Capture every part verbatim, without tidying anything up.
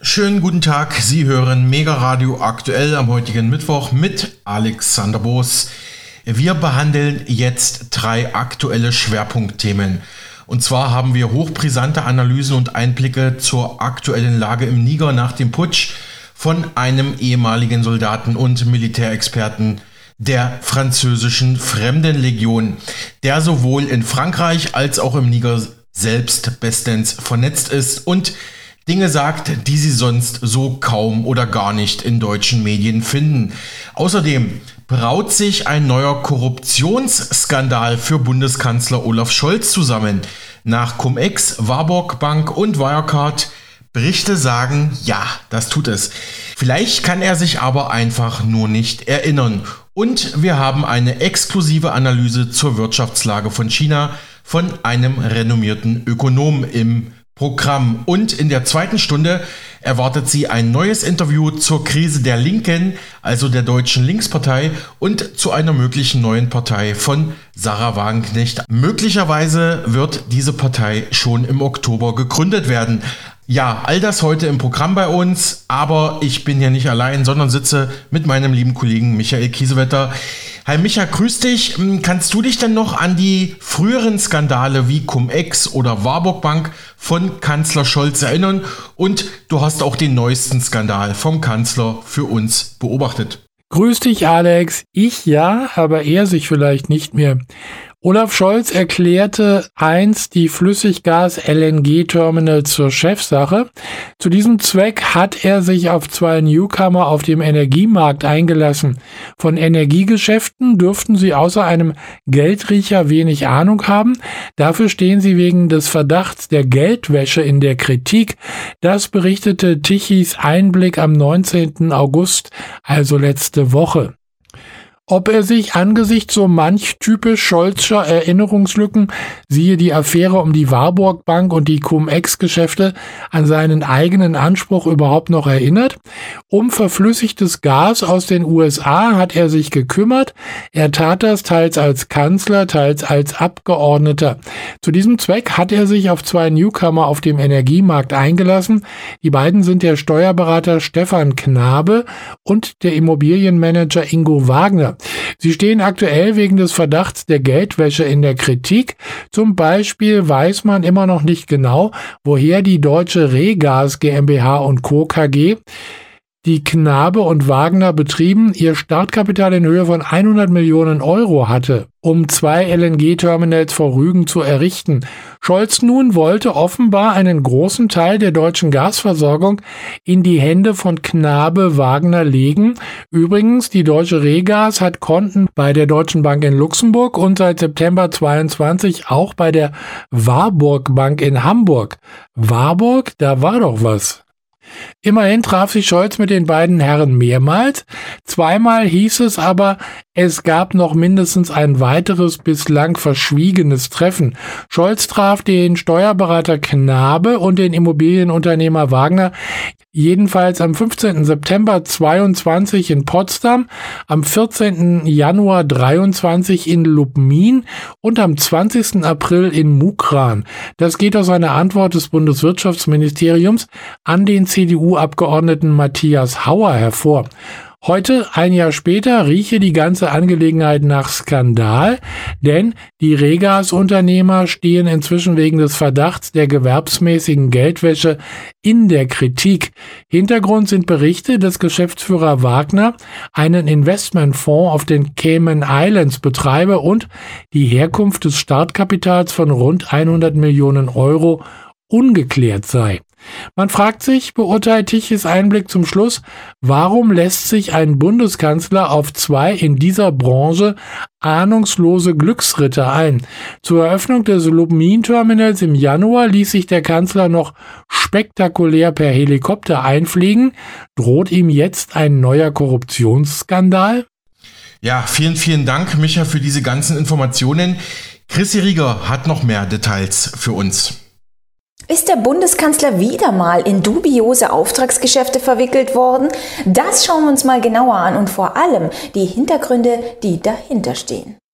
Schönen guten Tag, Sie hören Mega Radio aktuell am heutigen Mittwoch mit Alexander Boos. Wir behandeln jetzt drei aktuelle Schwerpunktthemen. Und zwar haben wir hochbrisante Analysen und Einblicke zur aktuellen Lage im Niger nach dem Putsch von einem ehemaligen Soldaten und Militärexperten der französischen Fremdenlegion, der sowohl in Frankreich als auch im Niger selbst bestens vernetzt ist und Dinge sagt, die Sie sonst so kaum oder gar nicht in deutschen Medien finden. Außerdem braut sich ein neuer Korruptionsskandal für Bundeskanzler Olaf Scholz zusammen. Nach Cum-Ex, Warburg Bank und Wirecard Berichte sagen, ja, das tut es. Vielleicht kann er sich aber einfach nur nicht erinnern. Und wir haben eine exklusive Analyse zur Wirtschaftslage von China von einem renommierten Ökonom im Programm. Und in der zweiten Stunde erwartet Sie ein neues Interview zur Krise der Linken, also der Deutschen Linkspartei, und zu einer möglichen neuen Partei von Sarah Wagenknecht. Möglicherweise wird diese Partei schon im Oktober gegründet werden. Ja, all das heute im Programm bei uns, aber ich bin hier nicht allein, sondern sitze mit meinem lieben Kollegen Michael Kiesewetter. Hi Micha, grüß dich. Kannst du dich denn noch an die früheren Skandale wie Cum-Ex oder Warburg Bank von Kanzler Scholz erinnern? Und du hast auch den neuesten Skandal vom Kanzler für uns beobachtet. Grüß dich, Alex. Ich ja, aber er sich vielleicht nicht mehr. Olaf Scholz erklärte einst die Flüssiggas-L N G-Terminals zur Chefsache. Zu diesem Zweck hat er sich auf zwei Newcomer auf dem Energiemarkt eingelassen. Von Energiegeschäften dürften sie außer einem Geldriecher wenig Ahnung haben. Dafür stehen sie wegen des Verdachts der Geldwäsche in der Kritik. Das berichtete Tichys Einblick am neunzehnten August, also letzte Woche. Ob er sich angesichts so manch typisch Scholzscher Erinnerungslücken, siehe die Affäre um die Warburg Bank und die Cum-Ex-Geschäfte, an seinen eigenen Anspruch überhaupt noch erinnert? Um verflüssigtes Gas aus den U S A hat er sich gekümmert. Er tat das teils als Kanzler, teils als Abgeordneter. Zu diesem Zweck hat er sich auf zwei Newcomer auf dem Energiemarkt eingelassen. Die beiden sind der Steuerberater Stefan Knabe und der Immobilienmanager Ingo Wagner. Sie stehen aktuell wegen des Verdachts der Geldwäsche in der Kritik. Zum Beispiel weiß man immer noch nicht genau, woher die deutsche Regas GmbH und Co. K G, die Knabe und Wagner betrieben, ihr Startkapital in Höhe von hundert Millionen Euro hatte, um zwei L N G-Terminals vor Rügen zu errichten. Scholz nun wollte offenbar einen großen Teil der deutschen Gasversorgung in die Hände von Knabe Wagner legen. Übrigens, die deutsche Regas hat Konten bei der Deutschen Bank in Luxemburg und seit September zweiundzwanzig auch bei der Warburg Bank in Hamburg. Warburg, da war doch was. Immerhin traf sich Scholz mit den beiden Herren mehrmals. Zweimal hieß es aber, es gab noch mindestens ein weiteres bislang verschwiegenes Treffen. Scholz traf den Steuerberater Knabe und den Immobilienunternehmer Wagner jedenfalls am fünfzehnten September zweiundzwanzig in Potsdam, am vierzehnten Januar dreiundzwanzig in Lubmin und am zwanzigsten April in Mukran. Das geht aus einer Antwort des Bundeswirtschaftsministeriums an den C D U-Abgeordneten Matthias Hauer hervor. Heute, ein Jahr später, rieche die ganze Angelegenheit nach Skandal, denn die Regas-Unternehmer stehen inzwischen wegen des Verdachts der gewerbsmäßigen Geldwäsche in der Kritik. Hintergrund sind Berichte, dass Geschäftsführer Wagner einen Investmentfonds auf den Cayman Islands betreibe und die Herkunft des Startkapitals von rund hundert Millionen Euro ungeklärt sei. Man fragt sich, beurteilt Tichys Einblick zum Schluss, warum lässt sich ein Bundeskanzler auf zwei in dieser Branche ahnungslose Glücksritter ein? Zur Eröffnung des Lubmin-Terminals im Januar ließ sich der Kanzler noch spektakulär per Helikopter einfliegen. Droht ihm jetzt ein neuer Korruptionsskandal? Ja, vielen, vielen Dank, Micha, für diese ganzen Informationen. Chrissy Rieger hat noch mehr Details für uns. Ist der Bundeskanzler wieder mal in dubiose Auftragsgeschäfte verwickelt worden? Das schauen wir uns mal genauer an und vor allem die Hintergründe, die dahinter stehen.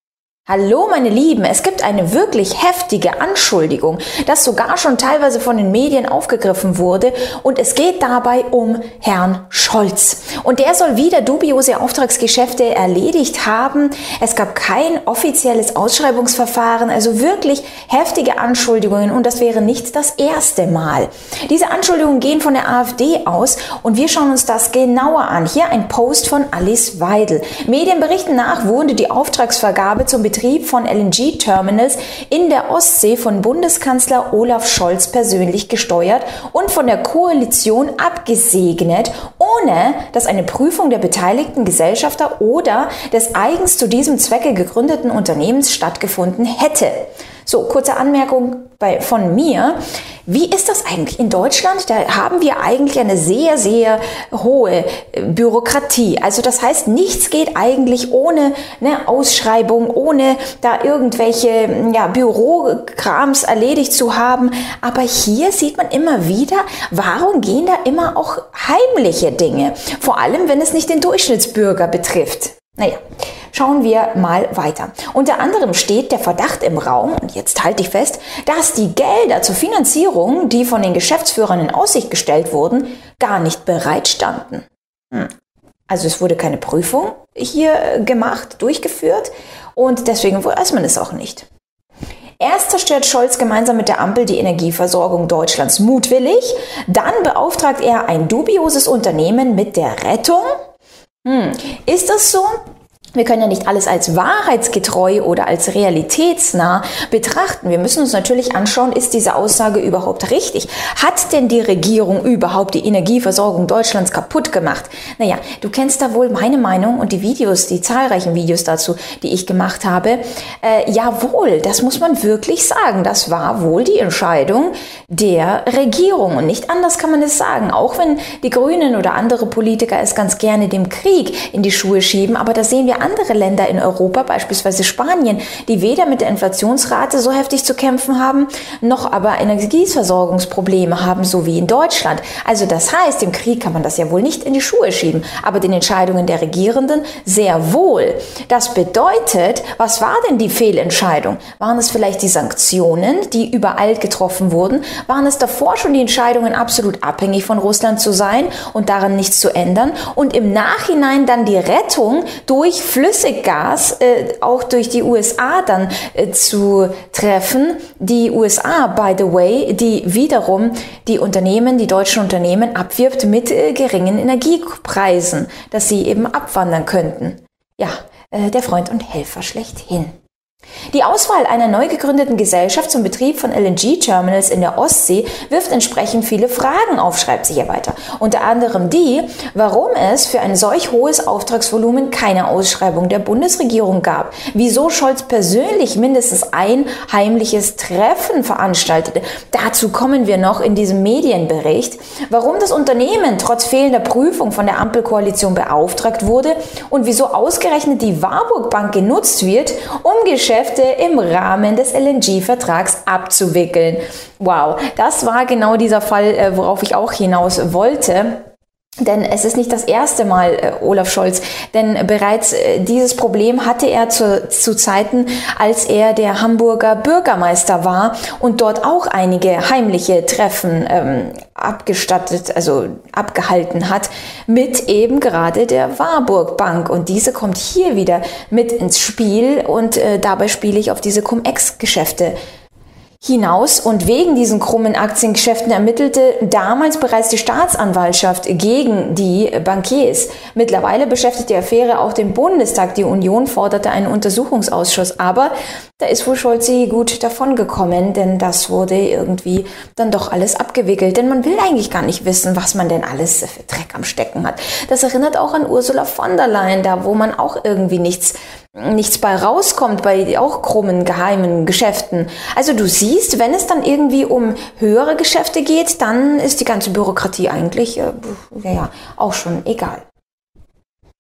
Hallo meine Lieben, es gibt eine wirklich heftige Anschuldigung, das sogar schon teilweise von den Medien aufgegriffen wurde, und es geht dabei um Herrn Scholz. Und der soll wieder dubiose Auftragsgeschäfte erledigt haben. Es gab kein offizielles Ausschreibungsverfahren, also wirklich heftige Anschuldigungen, und das wäre nicht das erste Mal. Diese Anschuldigungen gehen von der AfD aus und wir schauen uns das genauer an. Hier ein Post von Alice Weidel. Medienberichten nach wurde die Auftragsvergabe zum Betrieb von L N G-Terminals in der Ostsee von Bundeskanzler Olaf Scholz persönlich gesteuert und von der Koalition abgesegnet, ohne dass eine Prüfung der beteiligten Gesellschafter oder des eigens zu diesem Zwecke gegründeten Unternehmens stattgefunden hätte. So, kurze Anmerkung bei, von mir. Wie ist das eigentlich in Deutschland? Da haben wir eigentlich eine sehr, sehr hohe Bürokratie. Also das heißt, nichts geht eigentlich ohne eine Ausschreibung, ohne da irgendwelche ja, Bürokrams erledigt zu haben. Aber hier sieht man immer wieder, warum gehen da immer auch heimliche Dinge? Vor allem, wenn es nicht den Durchschnittsbürger betrifft. Naja, schauen wir mal weiter. Unter anderem steht der Verdacht im Raum, und jetzt halte ich fest, dass die Gelder zur Finanzierung, die von den Geschäftsführern in Aussicht gestellt wurden, gar nicht bereitstanden. Hm. Also es wurde keine Prüfung hier gemacht, durchgeführt, und deswegen weiß man es auch nicht. Erst zerstört Scholz gemeinsam mit der Ampel die Energieversorgung Deutschlands mutwillig, dann beauftragt er ein dubioses Unternehmen mit der Rettung. Hm. Ist das so? Wir können ja nicht alles als wahrheitsgetreu oder als realitätsnah betrachten. Wir müssen uns natürlich anschauen, ist diese Aussage überhaupt richtig? Hat denn die Regierung überhaupt die Energieversorgung Deutschlands kaputt gemacht? Naja, du kennst da wohl meine Meinung und die Videos, die zahlreichen Videos dazu, die ich gemacht habe. Äh, jawohl, das muss man wirklich sagen. Das war wohl die Entscheidung der Regierung und nicht anders kann man es sagen. Auch wenn die Grünen oder andere Politiker es ganz gerne dem Krieg in die Schuhe schieben, aber da sehen wir andere Länder in Europa, beispielsweise Spanien, die weder mit der Inflationsrate so heftig zu kämpfen haben, noch aber Energieversorgungsprobleme haben, so wie in Deutschland. Also das heißt, im Krieg kann man das ja wohl nicht in die Schuhe schieben, aber den Entscheidungen der Regierenden sehr wohl. Das bedeutet, was war denn die Fehlentscheidung? Waren es vielleicht die Sanktionen, die überall getroffen wurden? Waren es davor schon die Entscheidungen, absolut abhängig von Russland zu sein und daran nichts zu ändern? Und im Nachhinein dann die Rettung durch Flüssiggas äh, auch durch die U S A dann äh, zu treffen. Die U S A, by the way, die wiederum die Unternehmen, die deutschen Unternehmen abwirbt mit äh, geringen Energiepreisen, dass sie eben abwandern könnten. Ja, äh, der Freund und Helfer schlechthin. Die Auswahl einer neu gegründeten Gesellschaft zum Betrieb von L N G-Terminals in der Ostsee wirft entsprechend viele Fragen auf, schreibt sie hier weiter. Unter anderem die, warum es für ein solch hohes Auftragsvolumen keine Ausschreibung der Bundesregierung gab, wieso Scholz persönlich mindestens ein heimliches Treffen veranstaltete. Dazu kommen wir noch in diesem Medienbericht, warum das Unternehmen trotz fehlender Prüfung von der Ampelkoalition beauftragt wurde und wieso ausgerechnet die Warburg Bank genutzt wird, um Geschäfte im Rahmen des L N G-Vertrags abzuwickeln. Wow, das war genau dieser Fall, worauf ich auch hinaus wollte. Denn es ist nicht das erste Mal äh, Olaf Scholz, denn bereits äh, dieses Problem hatte er zu, zu Zeiten, als er der Hamburger Bürgermeister war und dort auch einige heimliche Treffen ähm, abgestattet, also abgehalten hat, mit eben gerade der Warburg Bank. Und diese kommt hier wieder mit ins Spiel und äh, dabei spiele ich auf diese Cum-Ex-Geschäfte hinaus, und wegen diesen krummen Aktiengeschäften ermittelte damals bereits die Staatsanwaltschaft gegen die Bankiers. Mittlerweile beschäftigt die Affäre auch den Bundestag. Die Union forderte einen Untersuchungsausschuss, aber da ist wohl Scholz gut davongekommen, denn das wurde irgendwie dann doch alles abgewickelt. Denn man will eigentlich gar nicht wissen, was man denn alles für Dreck am Stecken hat. Das erinnert auch an Ursula von der Leyen, da wo man auch irgendwie nichts nichts bei rauskommt, bei auch krummen, geheimen Geschäften. Also du siehst, wenn es dann irgendwie um höhere Geschäfte geht, dann ist die ganze Bürokratie eigentlich, äh, ja, auch schon egal.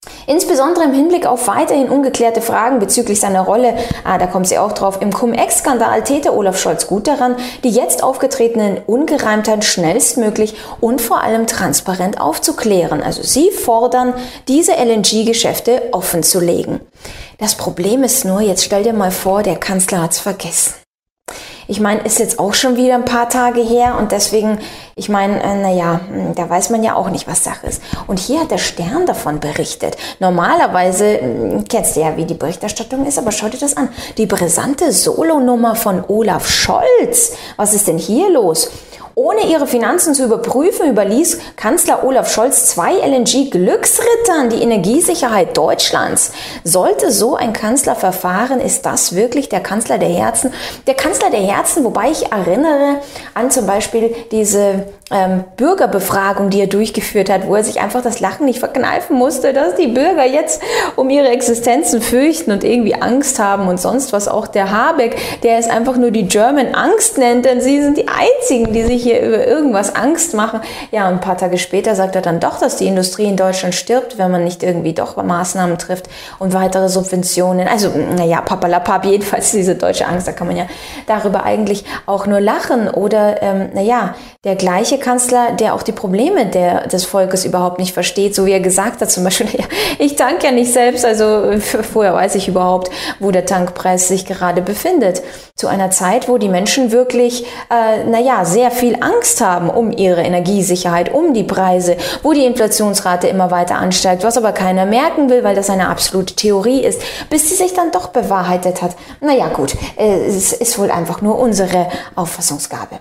Insbesondere im Hinblick auf weiterhin ungeklärte Fragen bezüglich seiner Rolle, ah, da kommt sie auch drauf, im Cum-Ex-Skandal täte Olaf Scholz gut daran, die jetzt aufgetretenen Ungereimtheiten schnellstmöglich und vor allem transparent aufzuklären. Also sie fordern, diese L N G-Geschäfte offen zu legen. Das Problem ist nur, jetzt stell dir mal vor, der Kanzler hat's vergessen. Ich meine, ist jetzt auch schon wieder ein paar Tage her und deswegen, ich meine, äh, naja, da weiß man ja auch nicht, was Sache ist. Und hier hat der Stern davon berichtet. Normalerweise, äh, kennst du ja, wie die Berichterstattung ist, aber schau dir das an. Die brisante Solonummer von Olaf Scholz. Was ist denn hier los? Ohne ihre Finanzen zu überprüfen, überließ Kanzler Olaf Scholz zwei L N G-Glücksrittern die Energiesicherheit Deutschlands. Sollte so ein Kanzler verfahren, ist das wirklich der Kanzler der Herzen? Der Kanzler der Herzen, wobei ich erinnere an zum Beispiel diese ähm, Bürgerbefragung, die er durchgeführt hat, wo er sich einfach das Lachen nicht verkneifen musste, dass die Bürger jetzt um ihre Existenzen fürchten und irgendwie Angst haben und sonst was. Auch der Habeck, der es einfach nur die German Angst nennt, denn sie sind die einzigen, die sich hier über irgendwas Angst machen. Ja, und ein paar Tage später sagt er dann doch, dass die Industrie in Deutschland stirbt, wenn man nicht irgendwie doch Maßnahmen trifft und weitere Subventionen. Also, naja, papalapap, jedenfalls diese deutsche Angst, da kann man ja darüber eigentlich auch nur lachen. Oder, ähm, naja, der gleiche Kanzler, der auch die Probleme der, des Volkes überhaupt nicht versteht, so wie er gesagt hat, zum Beispiel, naja, ich tanke ja nicht selbst, also vorher weiß ich überhaupt, wo der Tankpreis sich gerade befindet. Zu einer Zeit, wo die Menschen wirklich, äh, naja, sehr viel Angst haben um ihre Energiesicherheit, um die Preise, wo die Inflationsrate immer weiter ansteigt, was aber keiner merken will, weil das eine absolute Theorie ist, bis sie sich dann doch bewahrheitet hat. Naja gut, es ist wohl einfach nur unsere Auffassungsgabe.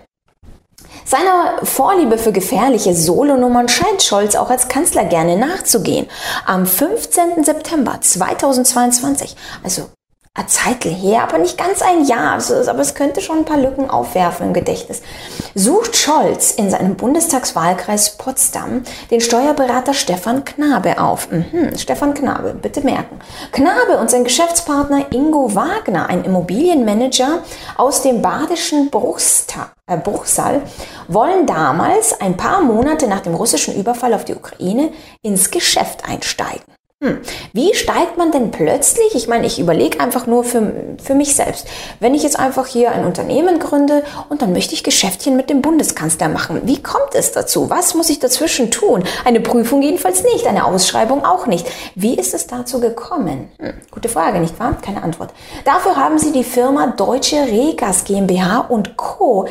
Seiner Vorliebe für gefährliche Solonummern scheint Scholz auch als Kanzler gerne nachzugehen. Am fünfzehnten September zweitausendzweiundzwanzig, also ein Zeitl her, aber nicht ganz ein Jahr, aber es könnte schon ein paar Lücken aufwerfen im Gedächtnis, sucht Scholz in seinem Bundestagswahlkreis Potsdam den Steuerberater Stefan Knabe auf. Mhm, Stefan Knabe, bitte merken. Knabe und sein Geschäftspartner Ingo Wagner, ein Immobilienmanager aus dem badischen Bruchsta- äh, Bruchsal, wollen damals ein paar Monate nach dem russischen Überfall auf die Ukraine ins Geschäft einsteigen. Hm. Wie steigt man denn plötzlich? Ich meine, ich überlege einfach nur für, für mich selbst. Wenn ich jetzt einfach hier ein Unternehmen gründe und dann möchte ich Geschäftchen mit dem Bundeskanzler machen. Wie kommt es dazu? Was muss ich dazwischen tun? Eine Prüfung jedenfalls nicht, eine Ausschreibung auch nicht. Wie ist es dazu gekommen? Hm. Gute Frage, nicht wahr? Keine Antwort. Dafür haben sie die Firma Deutsche Regas GmbH und Co.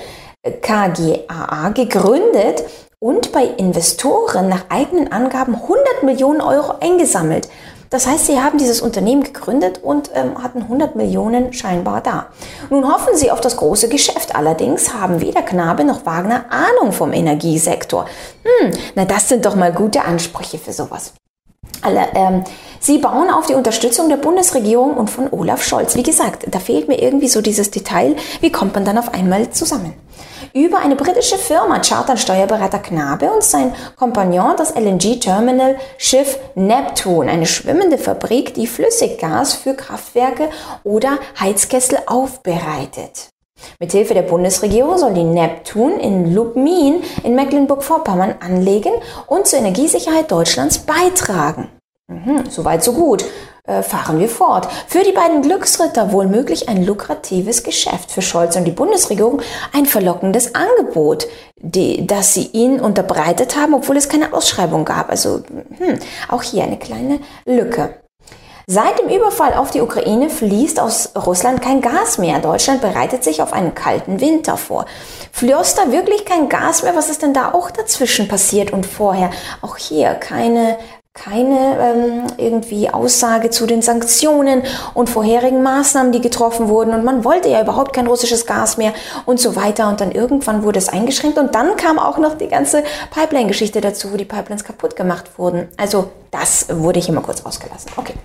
K G A A gegründet und bei Investoren nach eigenen Angaben hundert Millionen Euro eingesammelt. Das heißt, sie haben dieses Unternehmen gegründet und ähm, hatten hundert Millionen scheinbar da. Nun hoffen sie auf das große Geschäft. Allerdings haben weder Knabe noch Wagner Ahnung vom Energiesektor. Hm, na das sind doch mal gute Ansprüche für sowas. Alle, ähm, sie bauen auf die Unterstützung der Bundesregierung und von Olaf Scholz. Wie gesagt, da fehlt mir irgendwie so dieses Detail. Wie kommt man dann auf einmal zusammen? Über eine britische Firma chartern Steuerberater Knabe und sein Kompagnon das L N G-Terminal Schiff Neptun, eine schwimmende Fabrik, die Flüssiggas für Kraftwerke oder Heizkessel aufbereitet. Mithilfe der Bundesregierung soll die Neptun in Lubmin in Mecklenburg-Vorpommern anlegen und zur Energiesicherheit Deutschlands beitragen. Mhm, soweit so gut. Äh, fahren wir fort. Für die beiden Glücksritter wohl möglich ein lukratives Geschäft. Für Scholz und die Bundesregierung ein verlockendes Angebot, die, das sie ihnen unterbreitet haben, obwohl es keine Ausschreibung gab. Also hm, auch hier eine kleine Lücke. Seit dem Überfall auf die Ukraine fließt aus Russland kein Gas mehr. Deutschland bereitet sich auf einen kalten Winter vor. Floss da wirklich kein Gas mehr? Was ist denn da auch dazwischen passiert und vorher? Auch hier keine keine ähm, irgendwie Aussage zu den Sanktionen und vorherigen Maßnahmen, die getroffen wurden. Und man wollte ja überhaupt kein russisches Gas mehr und so weiter. Und dann irgendwann wurde es eingeschränkt. Und dann kam auch noch die ganze Pipeline-Geschichte dazu, wo die Pipelines kaputt gemacht wurden. Also das wurde hier mal kurz ausgelassen. Okay.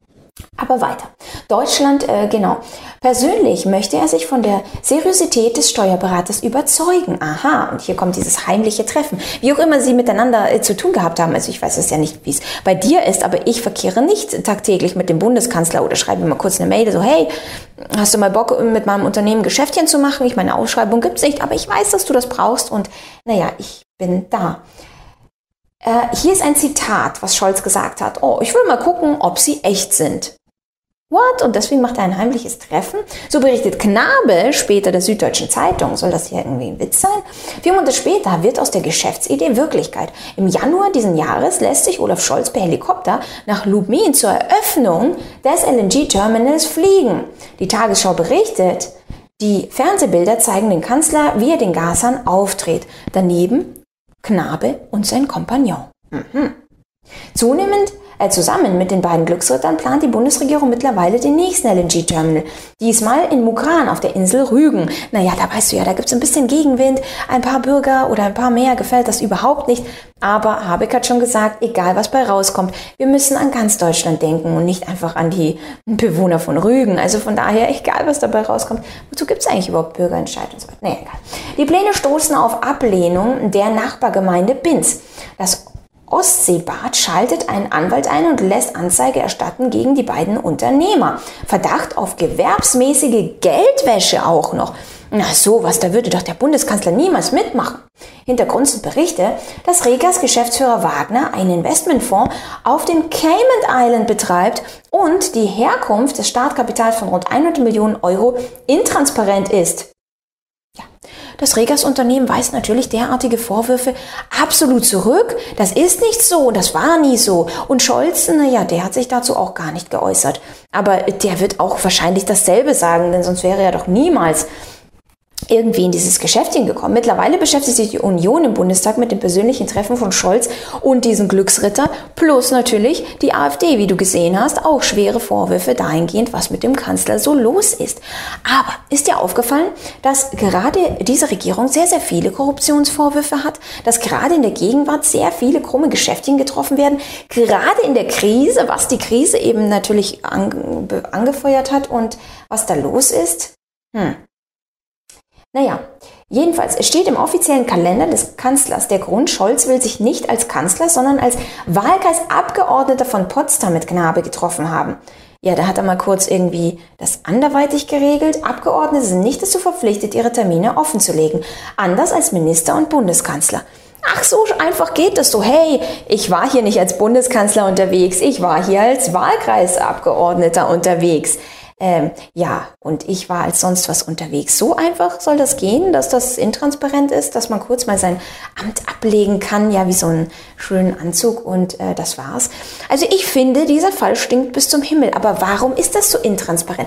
Aber weiter. Deutschland, äh, genau. Persönlich möchte er sich von der Seriosität des Steuerberaters überzeugen. Aha, und hier kommt dieses heimliche Treffen. Wie auch immer sie miteinander äh, zu tun gehabt haben. Also ich weiß es ja nicht, wie es bei dir ist, aber ich verkehre nicht tagtäglich mit dem Bundeskanzler oder schreibe mir mal kurz eine Mail, so hey, hast du mal Bock, mit meinem Unternehmen Geschäftchen zu machen? Ich meine, Ausschreibung gibt's nicht, aber ich weiß, dass du das brauchst und naja, ich bin da. Äh, hier ist ein Zitat, was Scholz gesagt hat. Oh, ich will mal gucken, ob sie echt sind. What? Und deswegen macht er ein heimliches Treffen. So berichtet Knabe später der Süddeutschen Zeitung. Soll das hier irgendwie ein Witz sein? Vier Monate später wird aus der Geschäftsidee Wirklichkeit. Im Januar diesen Jahres lässt sich Olaf Scholz per Helikopter nach Lubmin zur Eröffnung des L N G-Terminals fliegen. Die Tagesschau berichtet, die Fernsehbilder zeigen den Kanzler, wie er den Gashahn aufdreht. Daneben Knabe und sein Kompagnon. Mhm. Zunehmend äh, zusammen mit den beiden Glücksrittern plant die Bundesregierung mittlerweile den nächsten L N G-Terminal. Diesmal in Mukran auf der Insel Rügen. Naja, da weißt du ja, da gibt es ein bisschen Gegenwind. Ein paar Bürger oder ein paar mehr gefällt das überhaupt nicht. Aber Habeck hat schon gesagt, egal was bei rauskommt, wir müssen an ganz Deutschland denken und nicht einfach an die Bewohner von Rügen. Also von daher, egal was dabei rauskommt, wozu gibt es eigentlich überhaupt Bürgerentscheid und so weiter? Naja, egal. Die Pläne stoßen auf Ablehnung der Nachbargemeinde Binz. Das Ostseebad schaltet einen Anwalt ein und lässt Anzeige erstatten gegen die beiden Unternehmer. Verdacht auf gewerbsmäßige Geldwäsche auch noch. Na sowas, da würde doch der Bundeskanzler niemals mitmachen. Hintergrund sind Berichte, dass Regas Geschäftsführer Wagner einen Investmentfonds auf den Cayman Island betreibt und die Herkunft des Startkapitals von rund hundert Millionen Euro intransparent ist. Das Regas-Unternehmen weist natürlich derartige Vorwürfe absolut zurück. Das ist nicht so, das war nie so. Und Scholz, naja, der hat sich dazu auch gar nicht geäußert. Aber der wird auch wahrscheinlich dasselbe sagen, denn sonst wäre er doch niemals irgendwie in dieses Geschäft hingekommen. Mittlerweile beschäftigt sich die Union im Bundestag mit dem persönlichen Treffen von Scholz und diesem Glücksritter, plus natürlich die AfD, wie du gesehen hast, auch schwere Vorwürfe dahingehend, was mit dem Kanzler so los ist. Aber ist dir aufgefallen, dass gerade diese Regierung sehr, sehr viele Korruptionsvorwürfe hat, dass gerade in der Gegenwart sehr viele krumme Geschäftchen getroffen werden, gerade in der Krise, was die Krise eben natürlich ange- angefeuert hat und was da los ist? Hm. Naja, jedenfalls, es steht im offiziellen Kalender des Kanzlers der Grund, Scholz will sich nicht als Kanzler, sondern als Wahlkreisabgeordneter von Potsdam mit Knabe getroffen haben. Ja, da hat er mal kurz irgendwie das anderweitig geregelt. Abgeordnete sind nicht dazu verpflichtet, ihre Termine offen zu legen. Anders als Minister und Bundeskanzler. Ach, so einfach geht das so. Hey, ich war hier nicht als Bundeskanzler unterwegs, ich war hier als Wahlkreisabgeordneter unterwegs. Ähm, ja, und ich war als sonst was unterwegs. So einfach soll das gehen, dass das intransparent ist, dass man kurz mal sein Amt ablegen kann, ja, wie so einen schönen Anzug und äh, das war's. Also ich finde, dieser Fall stinkt bis zum Himmel. Aber warum ist das so intransparent?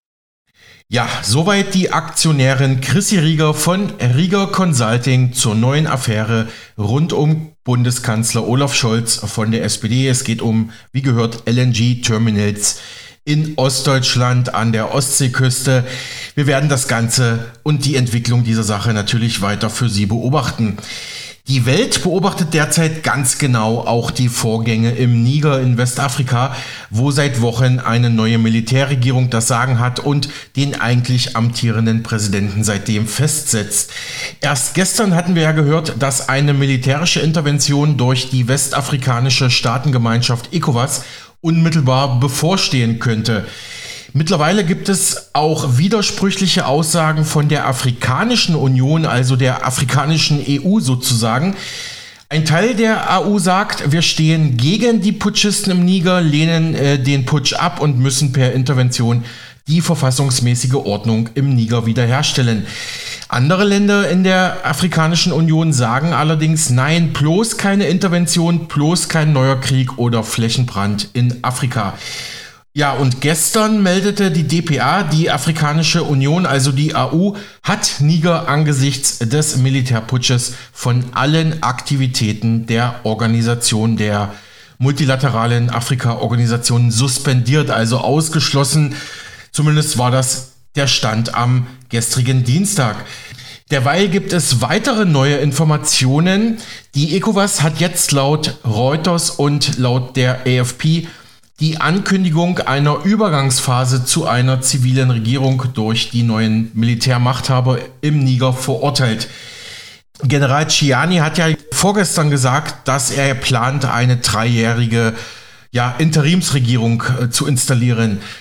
Ja, soweit die Aktionärin Chrissy Rieger von Rieger Consulting zur neuen Affäre rund um Bundeskanzler Olaf Scholz von der S P D. Es geht um, wie gehört, L N G-Terminals in Ostdeutschland an der Ostseeküste. Wir werden das Ganze und die Entwicklung dieser Sache natürlich weiter für Sie beobachten. Die Welt beobachtet derzeit ganz genau auch die Vorgänge im Niger in Westafrika, wo seit Wochen eine neue Militärregierung das Sagen hat und den eigentlich amtierenden Präsidenten seitdem festsetzt. Erst gestern hatten wir ja gehört, dass eine militärische Intervention durch die westafrikanische Staatengemeinschaft ECOWAS unmittelbar bevorstehen könnte. Mittlerweile gibt es auch widersprüchliche Aussagen von der Afrikanischen Union, also der afrikanischen E U sozusagen. Ein Teil der A U sagt, wir stehen gegen die Putschisten im Niger, lehnen äh, den Putsch ab und müssen per Intervention die verfassungsmäßige Ordnung im Niger wiederherstellen. Andere Länder in der Afrikanischen Union sagen allerdings, nein, bloß keine Intervention, bloß kein neuer Krieg oder Flächenbrand in Afrika. Ja, und gestern meldete die D P A, die Afrikanische Union, also die A U, hat Niger angesichts des Militärputsches von allen Aktivitäten der Organisation, der multilateralen Afrika-Organisation suspendiert, also ausgeschlossen. Zumindest war das der Stand am gestrigen Dienstag. Derweil gibt es weitere neue Informationen. Die ECOWAS hat jetzt laut Reuters und laut der A F P die Ankündigung einer Übergangsphase zu einer zivilen Regierung durch die neuen Militärmachthaber im Niger verurteilt. General Chiani hat ja vorgestern gesagt, dass er plant, eine dreijährige ja, Interimsregierung äh, zu installieren.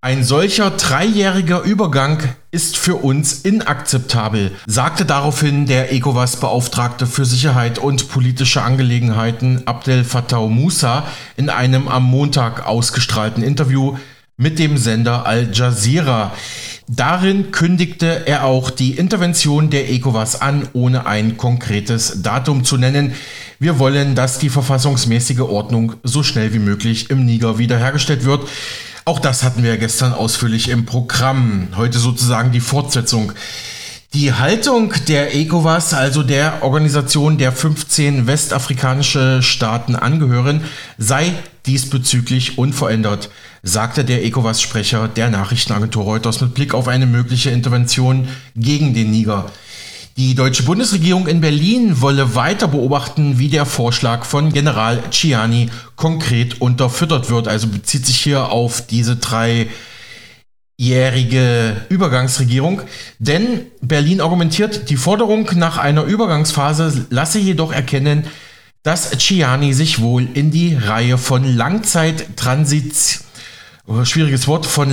Ein solcher dreijähriger Übergang ist für uns inakzeptabel, sagte daraufhin der ECOWAS-Beauftragte für Sicherheit und politische Angelegenheiten Abdel Fattah Moussa in einem am Montag ausgestrahlten Interview mit dem Sender Al Jazeera. Darin kündigte er auch die Intervention der ECOWAS an, ohne ein konkretes Datum zu nennen. Wir wollen, dass die verfassungsmäßige Ordnung so schnell wie möglich im Niger wiederhergestellt wird. Auch das hatten wir gestern ausführlich im Programm. Heute sozusagen die Fortsetzung. Die Haltung der ECOWAS, also der Organisation, der fünfzehn westafrikanische Staaten angehören, sei diesbezüglich unverändert, sagte der ECOWAS-Sprecher der Nachrichtenagentur Reuters mit Blick auf eine mögliche Intervention gegen den Niger. Die deutsche Bundesregierung in Berlin wolle weiter beobachten, wie der Vorschlag von General Ciani konkret unterfüttert wird. Also bezieht sich hier auf diese dreijährige Übergangsregierung. Denn Berlin argumentiert, die Forderung nach einer Übergangsphase lasse jedoch erkennen, dass Ciani sich wohl in die Reihe von Langzeittransit schwieriges Wort, von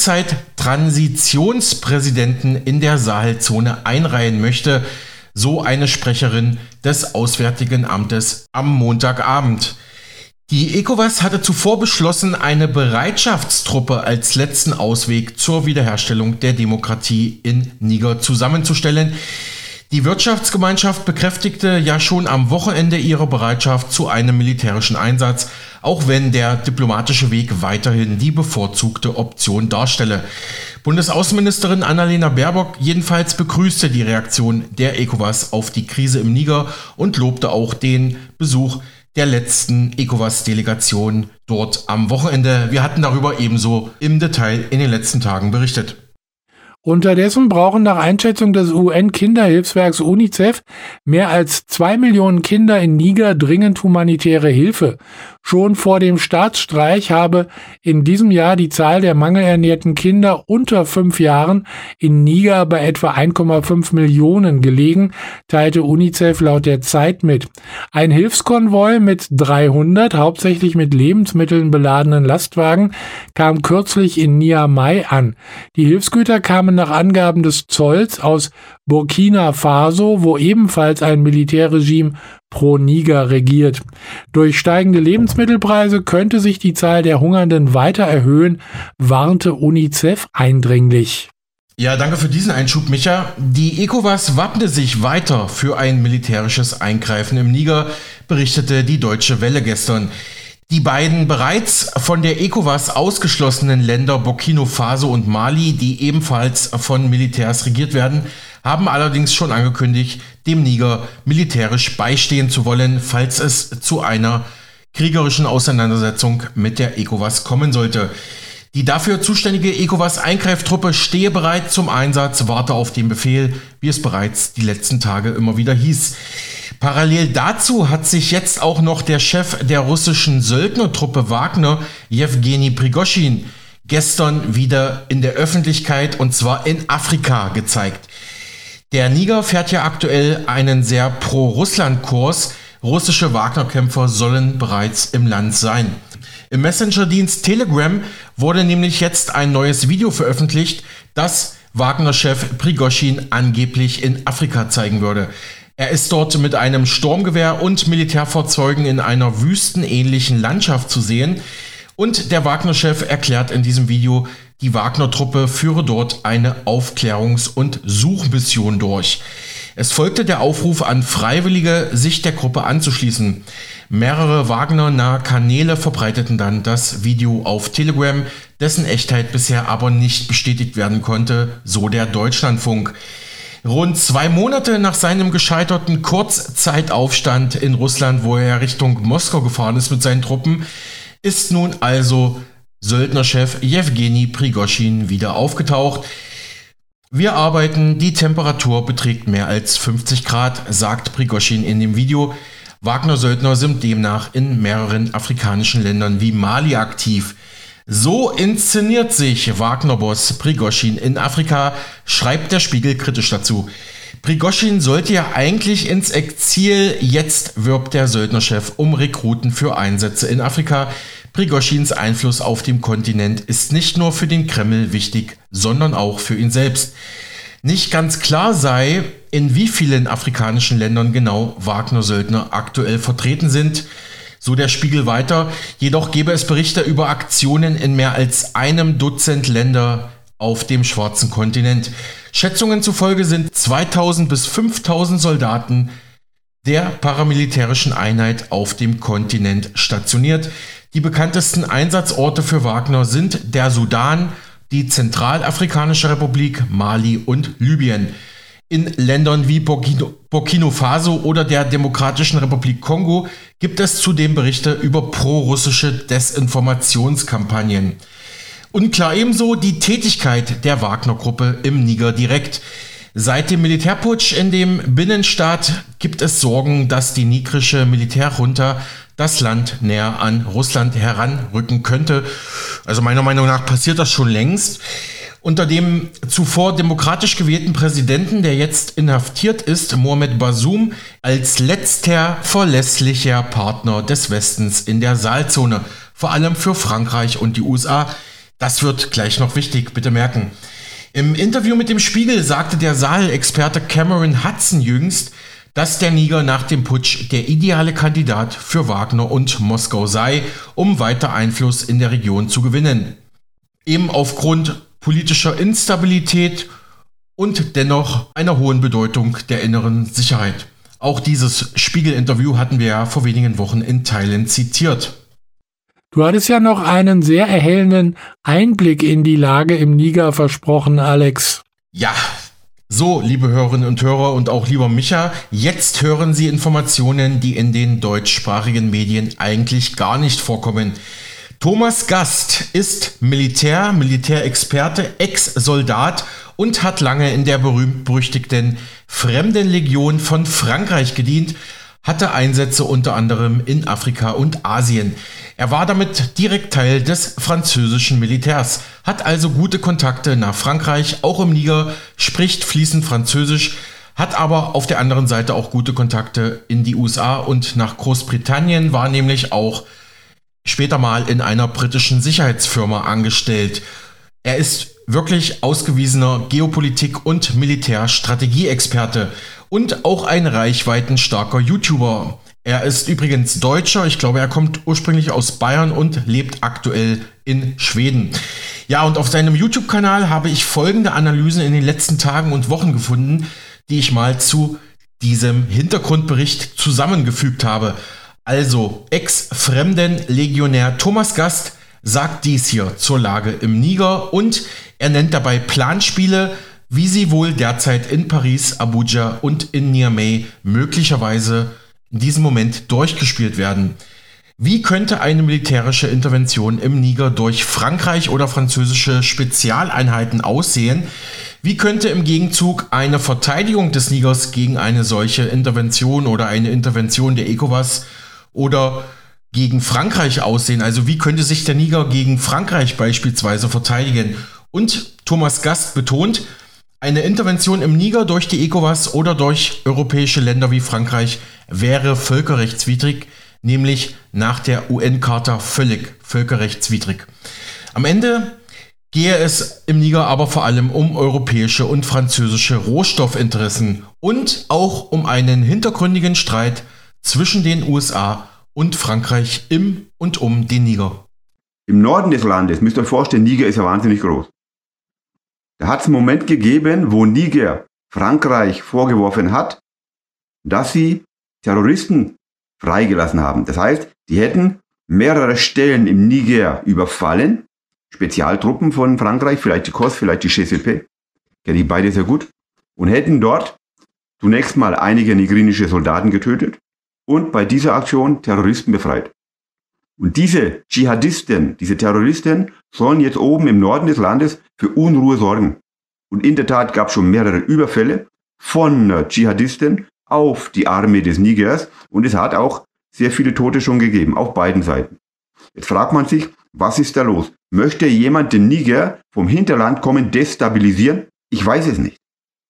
Langzeit-Transitionspräsidenten in der Sahelzone einreihen möchte, so eine Sprecherin des Auswärtigen Amtes am Montagabend. Die ECOWAS hatte zuvor beschlossen, eine Bereitschaftstruppe als letzten Ausweg zur Wiederherstellung der Demokratie in Niger zusammenzustellen. Die Wirtschaftsgemeinschaft bekräftigte ja schon am Wochenende ihre Bereitschaft zu einem militärischen Einsatz, auch wenn der diplomatische Weg weiterhin die bevorzugte Option darstelle. Bundesaußenministerin Annalena Baerbock jedenfalls begrüßte die Reaktion der ECOWAS auf die Krise im Niger und lobte auch den Besuch der letzten ECOWAS-Delegation dort am Wochenende. Wir hatten darüber ebenso im Detail in den letzten Tagen berichtet. Unterdessen brauchen nach Einschätzung des U N-Kinderhilfswerks UNICEF mehr als zwei Millionen Kinder in Niger dringend humanitäre Hilfe. Schon vor dem Staatsstreich habe in diesem Jahr die Zahl der mangelernährten Kinder unter fünf Jahren in Niger bei etwa eins Komma fünf Millionen gelegen, teilte UNICEF laut der Zeit mit. Ein Hilfskonvoi mit dreihundert, hauptsächlich mit Lebensmitteln beladenen Lastwagen, kam kürzlich in Niamey an. Die Hilfsgüter kamen nach Angaben des Zolls aus Burkina Faso, wo ebenfalls ein Militärregime pro Niger regiert. Durch steigende Lebensmittelpreise könnte sich die Zahl der Hungernden weiter erhöhen, warnte UNICEF eindringlich. Ja, danke für diesen Einschub, Micha. Die ECOWAS wappne sich weiter für ein militärisches Eingreifen im Niger, berichtete die Deutsche Welle gestern. Die beiden bereits von der ECOWAS ausgeschlossenen Länder Burkina Faso und Mali, die ebenfalls von Militärs regiert werden, haben allerdings schon angekündigt, dem Niger militärisch beistehen zu wollen, falls es zu einer kriegerischen Auseinandersetzung mit der ECOWAS kommen sollte. Die dafür zuständige ECOWAS-Eingreiftruppe stehe bereit zum Einsatz, warte auf den Befehl, wie es bereits die letzten Tage immer wieder hieß. Parallel dazu hat sich jetzt auch noch der Chef der russischen Söldnertruppe Wagner, Jewgeni Prigoschin, gestern wieder in der Öffentlichkeit und zwar in Afrika gezeigt. Der Niger fährt ja aktuell einen sehr Pro-Russland-Kurs. Russische Wagner-Kämpfer sollen bereits im Land sein. Im Messenger-Dienst Telegram wurde nämlich jetzt ein neues Video veröffentlicht, das Wagner-Chef Prigoschin angeblich in Afrika zeigen würde. Er ist dort mit einem Sturmgewehr und Militärfahrzeugen in einer wüstenähnlichen Landschaft zu sehen. Und der Wagner-Chef erklärt in diesem Video, die Wagner-Truppe führe dort eine Aufklärungs- und Suchmission durch. Es folgte der Aufruf an Freiwillige, sich der Gruppe anzuschließen. Mehrere Wagner-nahe Kanäle verbreiteten dann das Video auf Telegram, dessen Echtheit bisher aber nicht bestätigt werden konnte, so der Deutschlandfunk. Rund zwei Monate nach seinem gescheiterten Kurzzeitaufstand in Russland, wo er Richtung Moskau gefahren ist mit seinen Truppen, ist nun also Söldnerchef Jewgeni Prigoschin wieder aufgetaucht. Wir arbeiten, die Temperatur beträgt mehr als fünfzig Grad, sagt Prigoschin in dem Video. Wagner-Söldner sind demnach in mehreren afrikanischen Ländern wie Mali aktiv. So inszeniert sich Wagner-Boss Prigoschin in Afrika, schreibt der Spiegel kritisch dazu. Prigoschin sollte ja eigentlich ins Exil, jetzt wirbt der Söldnerchef um Rekruten für Einsätze in Afrika. Prigoschins Einfluss auf dem Kontinent ist nicht nur für den Kreml wichtig, sondern auch für ihn selbst. Nicht ganz klar sei, in wie vielen afrikanischen Ländern genau Wagner-Söldner aktuell vertreten sind. So der Spiegel weiter. Jedoch gäbe es Berichte über Aktionen in mehr als einem Dutzend Länder auf dem schwarzen Kontinent. Schätzungen zufolge sind zweitausend bis fünftausend Soldaten der paramilitärischen Einheit auf dem Kontinent stationiert. Die bekanntesten Einsatzorte für Wagner sind der Sudan, die Zentralafrikanische Republik, Mali und Libyen. In Ländern wie Burkino, Burkina Faso oder der Demokratischen Republik Kongo gibt es zudem Berichte über prorussische Desinformationskampagnen. Unklar ebenso die Tätigkeit der Wagner-Gruppe im Niger direkt. Seit dem Militärputsch in dem Binnenstaat gibt es Sorgen, dass die nigrische Militärjunta das Land näher an Russland heranrücken könnte. Also meiner Meinung nach passiert das schon längst. Unter dem zuvor demokratisch gewählten Präsidenten, der jetzt inhaftiert ist, Mohamed Bazoum, als letzter verlässlicher Partner des Westens in der Saalzone, vor allem für Frankreich und die U S A. Das wird gleich noch wichtig, bitte merken. Im Interview mit dem Spiegel sagte der Sahelexperte Cameron Hudson jüngst, dass der Niger nach dem Putsch der ideale Kandidat für Wagner und Moskau sei, um weiter Einfluss in der Region zu gewinnen. Eben aufgrund politischer Instabilität und dennoch einer hohen Bedeutung der inneren Sicherheit. Auch dieses Spiegel-Interview hatten wir ja vor wenigen Wochen in Teilen zitiert. Du hattest ja noch einen sehr erhellenden Einblick in die Lage im Niger versprochen, Alex. Ja, so, liebe Hörerinnen und Hörer und auch lieber Micha, jetzt hören Sie Informationen, die in den deutschsprachigen Medien eigentlich gar nicht vorkommen. Thomas Gast ist Militär, Militärexperte, Ex-Soldat und hat lange in der berühmt-berüchtigten Fremdenlegion von Frankreich gedient, hatte Einsätze unter anderem in Afrika und Asien. Er war damit direkt Teil des französischen Militärs, hat also gute Kontakte nach Frankreich, auch im Niger, spricht fließend Französisch, hat aber auf der anderen Seite auch gute Kontakte in die U S A und nach Großbritannien, war nämlich auch später mal in einer britischen Sicherheitsfirma angestellt. Er ist wirklich ausgewiesener Geopolitik- und Militärstrategieexperte und auch ein reichweitenstarker YouTuber. Er ist übrigens Deutscher, ich glaube, er kommt ursprünglich aus Bayern und lebt aktuell in Schweden. Ja, und auf seinem YouTube-Kanal habe ich folgende Analysen in den letzten Tagen und Wochen gefunden, die ich mal zu diesem Hintergrundbericht zusammengefügt habe. Also, Ex-Fremdenlegionär Thomas Gast sagt dies hier zur Lage im Niger und er nennt dabei Planspiele, wie sie wohl derzeit in Paris, Abuja und in Niamey möglicherweise in diesem Moment durchgespielt werden. Wie könnte eine militärische Intervention im Niger durch Frankreich oder französische Spezialeinheiten aussehen? Wie könnte im Gegenzug eine Verteidigung des Nigers gegen eine solche Intervention oder eine Intervention der ECOWAS oder gegen Frankreich aussehen? Also wie könnte sich der Niger gegen Frankreich beispielsweise verteidigen? Und Thomas Gast betont, eine Intervention im Niger durch die ECOWAS oder durch europäische Länder wie Frankreich wäre völkerrechtswidrig, nämlich nach der U N-Charta völlig völkerrechtswidrig. Am Ende gehe es im Niger aber vor allem um europäische und französische Rohstoffinteressen und auch um einen hintergründigen Streit zwischen den U S A und Frankreich im und um den Niger. Im Norden des Landes, müsst ihr euch vorstellen, Niger ist ja wahnsinnig groß. Da hat es einen Moment gegeben, wo Niger Frankreich vorgeworfen hat, dass sie Terroristen freigelassen haben. Das heißt, die hätten mehrere Stellen im Niger überfallen, Spezialtruppen von Frankreich, vielleicht die C O S, vielleicht die G C P, kenne ich beide sehr gut, und hätten dort zunächst mal einige nigerinische Soldaten getötet und bei dieser Aktion Terroristen befreit. Und diese Dschihadisten, diese Terroristen sollen jetzt oben im Norden des Landes für Unruhe sorgen. Und in der Tat gab es schon mehrere Überfälle von Dschihadisten auf die Armee des Nigers und es hat auch sehr viele Tote schon gegeben, auf beiden Seiten. Jetzt fragt man sich, was ist da los? Möchte jemand den Niger vom Hinterland kommen destabilisieren? Ich weiß es nicht.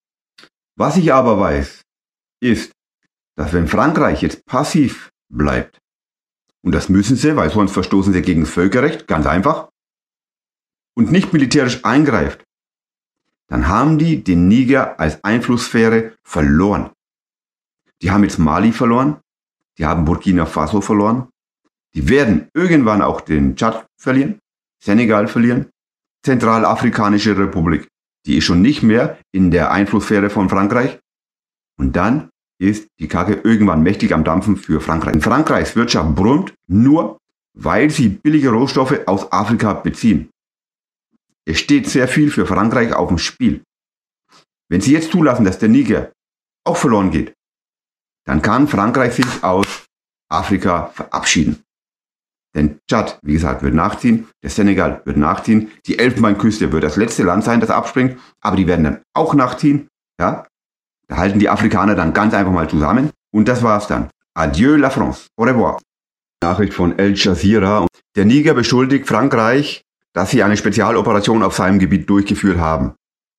Was ich aber weiß, ist, dass wenn Frankreich jetzt passiv bleibt und das müssen sie, weil sonst verstoßen sie gegen das Völkerrecht, ganz einfach, und nicht militärisch eingreift, dann haben die den Niger als Einflusssphäre verloren. Die haben jetzt Mali verloren, die haben Burkina Faso verloren, die werden irgendwann auch den Tschad verlieren, Senegal verlieren, Zentralafrikanische Republik, die ist schon nicht mehr in der Einflusssphäre von Frankreich, und dann ist die Kacke irgendwann mächtig am Dampfen für Frankreich. Und Frankreichs Wirtschaft brummt nur, weil sie billige Rohstoffe aus Afrika beziehen. Es steht sehr viel für Frankreich auf dem Spiel. Wenn sie jetzt zulassen, dass der Niger auch verloren geht, dann kann Frankreich sich aus Afrika verabschieden. Denn Tschad, wie gesagt, wird nachziehen, der Senegal wird nachziehen, die Elfenbeinküste wird das letzte Land sein, das abspringt, aber die werden dann auch nachziehen. Ja? Da halten die Afrikaner dann ganz einfach mal zusammen. Und das war's dann. Adieu la France. Au revoir. Nachricht von Al Jazeera. Der Niger beschuldigt Frankreich, dass sie eine Spezialoperation auf seinem Gebiet durchgeführt haben.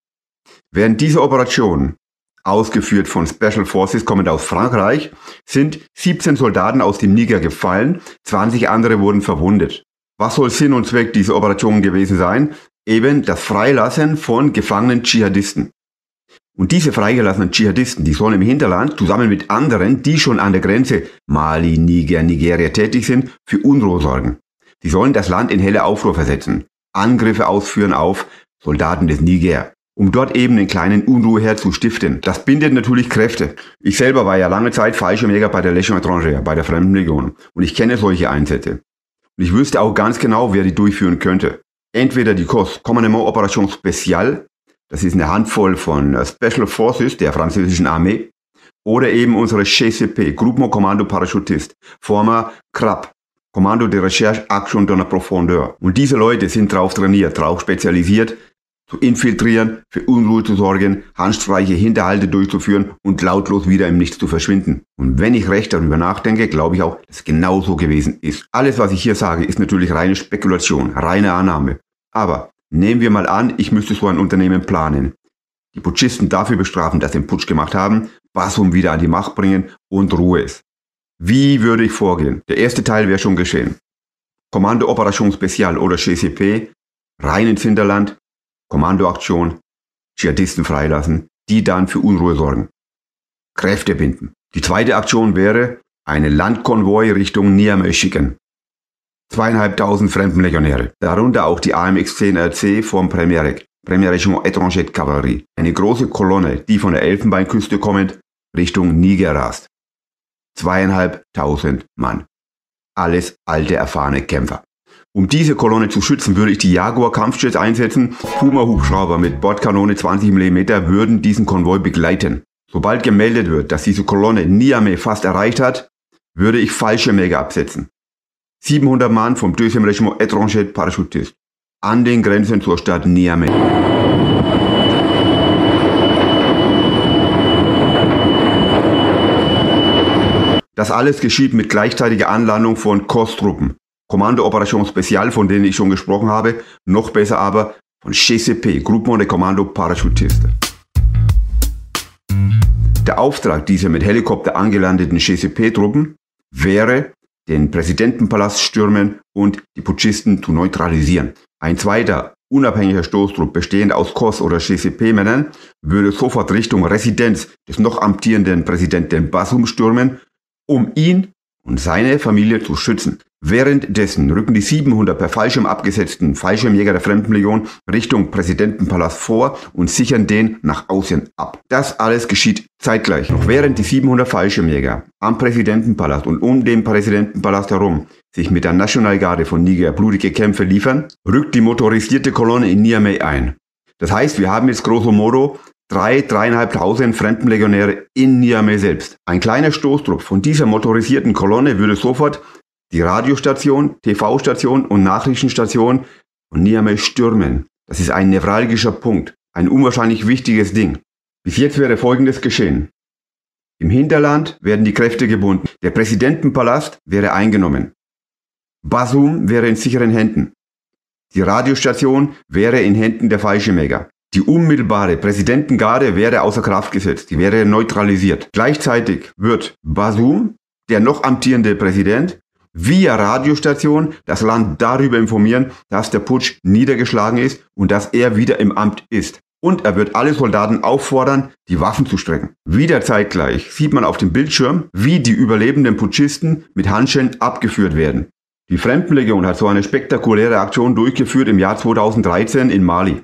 Während diese Operation, ausgeführt von Special Forces kommend aus Frankreich, sind siebzehn Soldaten aus dem Niger gefallen, zwanzig andere wurden verwundet. Was soll Sinn und Zweck dieser Operation gewesen sein? Eben das Freilassen von gefangenen Dschihadisten. Und diese freigelassenen Dschihadisten, die sollen im Hinterland zusammen mit anderen, die schon an der Grenze Mali, Niger, Nigeria tätig sind, für Unruhe sorgen. Sie sollen das Land in helle Aufruhr versetzen, Angriffe ausführen auf Soldaten des Niger, um dort eben einen kleinen Unruheherd zu stiften. Das bindet natürlich Kräfte. Ich selber war ja lange Zeit Fallschirmjäger bei der Légion étrangère, bei der Fremdenlegion, und ich kenne solche Einsätze. Und ich wüsste auch ganz genau, wer die durchführen könnte. Entweder die C O S, Commandement Operation Spéciale, das ist eine Handvoll von Special Forces der französischen Armee, oder eben unsere G C P, Groupement Commando Parachutiste, former C R A P, Kommando de Recherche Action dans la Profondeur. Und diese Leute sind darauf trainiert, darauf spezialisiert, zu infiltrieren, für Unruhe zu sorgen, handstreiche Hinterhalte durchzuführen und lautlos wieder im Nichts zu verschwinden. Und wenn ich recht darüber nachdenke, glaube ich auch, dass es genau so gewesen ist. Alles, was ich hier sage, ist natürlich reine Spekulation, reine Annahme. Aber nehmen wir mal an, ich müsste so ein Unternehmen planen. Die Putschisten dafür bestrafen, dass sie den Putsch gemacht haben, Basum wieder an die Macht bringen und Ruhe ist. Wie würde ich vorgehen? Der erste Teil wäre schon geschehen. Kommando Operation Spéciale oder G C P, rein ins Hinterland, Kommandoaktion, Dschihadisten freilassen, die dann für Unruhe sorgen. Kräfte binden. Die zweite Aktion wäre, einen Landkonvoi Richtung Niamey schicken. Zweieinhalbtausend Fremdenlegionäre, darunter auch die A M X zehn R C vom Premierreg, Premier Regiment Étranger de Cavalerie. Eine große Kolonne, die von der Elfenbeinküste kommend Richtung Niger rast. Zweieinhalbtausend Mann. Alles alte, erfahrene Kämpfer. Um diese Kolonne zu schützen, würde ich die Jaguar-Kampfjets einsetzen. Puma-Hubschrauber mit Bordkanone zwanzig Millimeter würden diesen Konvoi begleiten. Sobald gemeldet wird, dass diese Kolonne Niamey fast erreicht hat, würde ich Fallschirmjäger absetzen. siebenhundert Mann vom deuxième Regiment Étranger Parachutiste an den Grenzen zur Stadt Niamey. Das alles geschieht mit gleichzeitiger Anlandung von C O S-Truppen. Kommando Operation Spéciale, von denen ich schon gesprochen habe, noch besser aber von G C P, Groupement de Commando Parachutiste. Der Auftrag dieser mit Helikopter angelandeten G C P-Truppen wäre, den Präsidentenpalast stürmen und die Putschisten zu neutralisieren. Ein zweiter, unabhängiger Stoßtrupp, bestehend aus C O S- oder G C P-Männern, würde sofort Richtung Residenz des noch amtierenden Präsidenten Basum stürmen, um ihn und seine Familie zu schützen. Währenddessen rücken die siebenhundert per Fallschirm abgesetzten Fallschirmjäger der Fremdenlegion Richtung Präsidentenpalast vor und sichern den nach außen ab. Das alles geschieht zeitgleich. Noch während die siebenhundert Fallschirmjäger am Präsidentenpalast und um den Präsidentenpalast herum sich mit der Nationalgarde von Niger blutige Kämpfe liefern, rückt die motorisierte Kolonne in Niamey ein. Das heißt, wir haben jetzt grosso modo drei, dreieinhalbtausend Fremdenlegionäre in Niamey selbst. Ein kleiner Stoßtrupp von dieser motorisierten Kolonne würde sofort die Radiostation, T V-Station und Nachrichtenstation von Niamey stürmen. Das ist ein nevralgischer Punkt, ein unwahrscheinlich wichtiges Ding. Bis jetzt wäre Folgendes geschehen. Im Hinterland werden die Kräfte gebunden. Der Präsidentenpalast wäre eingenommen. Basum wäre in sicheren Händen. Die Radiostation wäre in Händen der Fallschirmjäger. Die unmittelbare Präsidentengarde wäre außer Kraft gesetzt, die wäre neutralisiert. Gleichzeitig wird Basum, der noch amtierende Präsident, via Radiostation das Land darüber informieren, dass der Putsch niedergeschlagen ist und dass er wieder im Amt ist. Und er wird alle Soldaten auffordern, die Waffen zu strecken. Wieder zeitgleich sieht man auf dem Bildschirm, wie die überlebenden Putschisten mit Handschellen abgeführt werden. Die Fremdenlegion hat so eine spektakuläre Aktion durchgeführt im Jahr zweitausenddreizehn in Mali.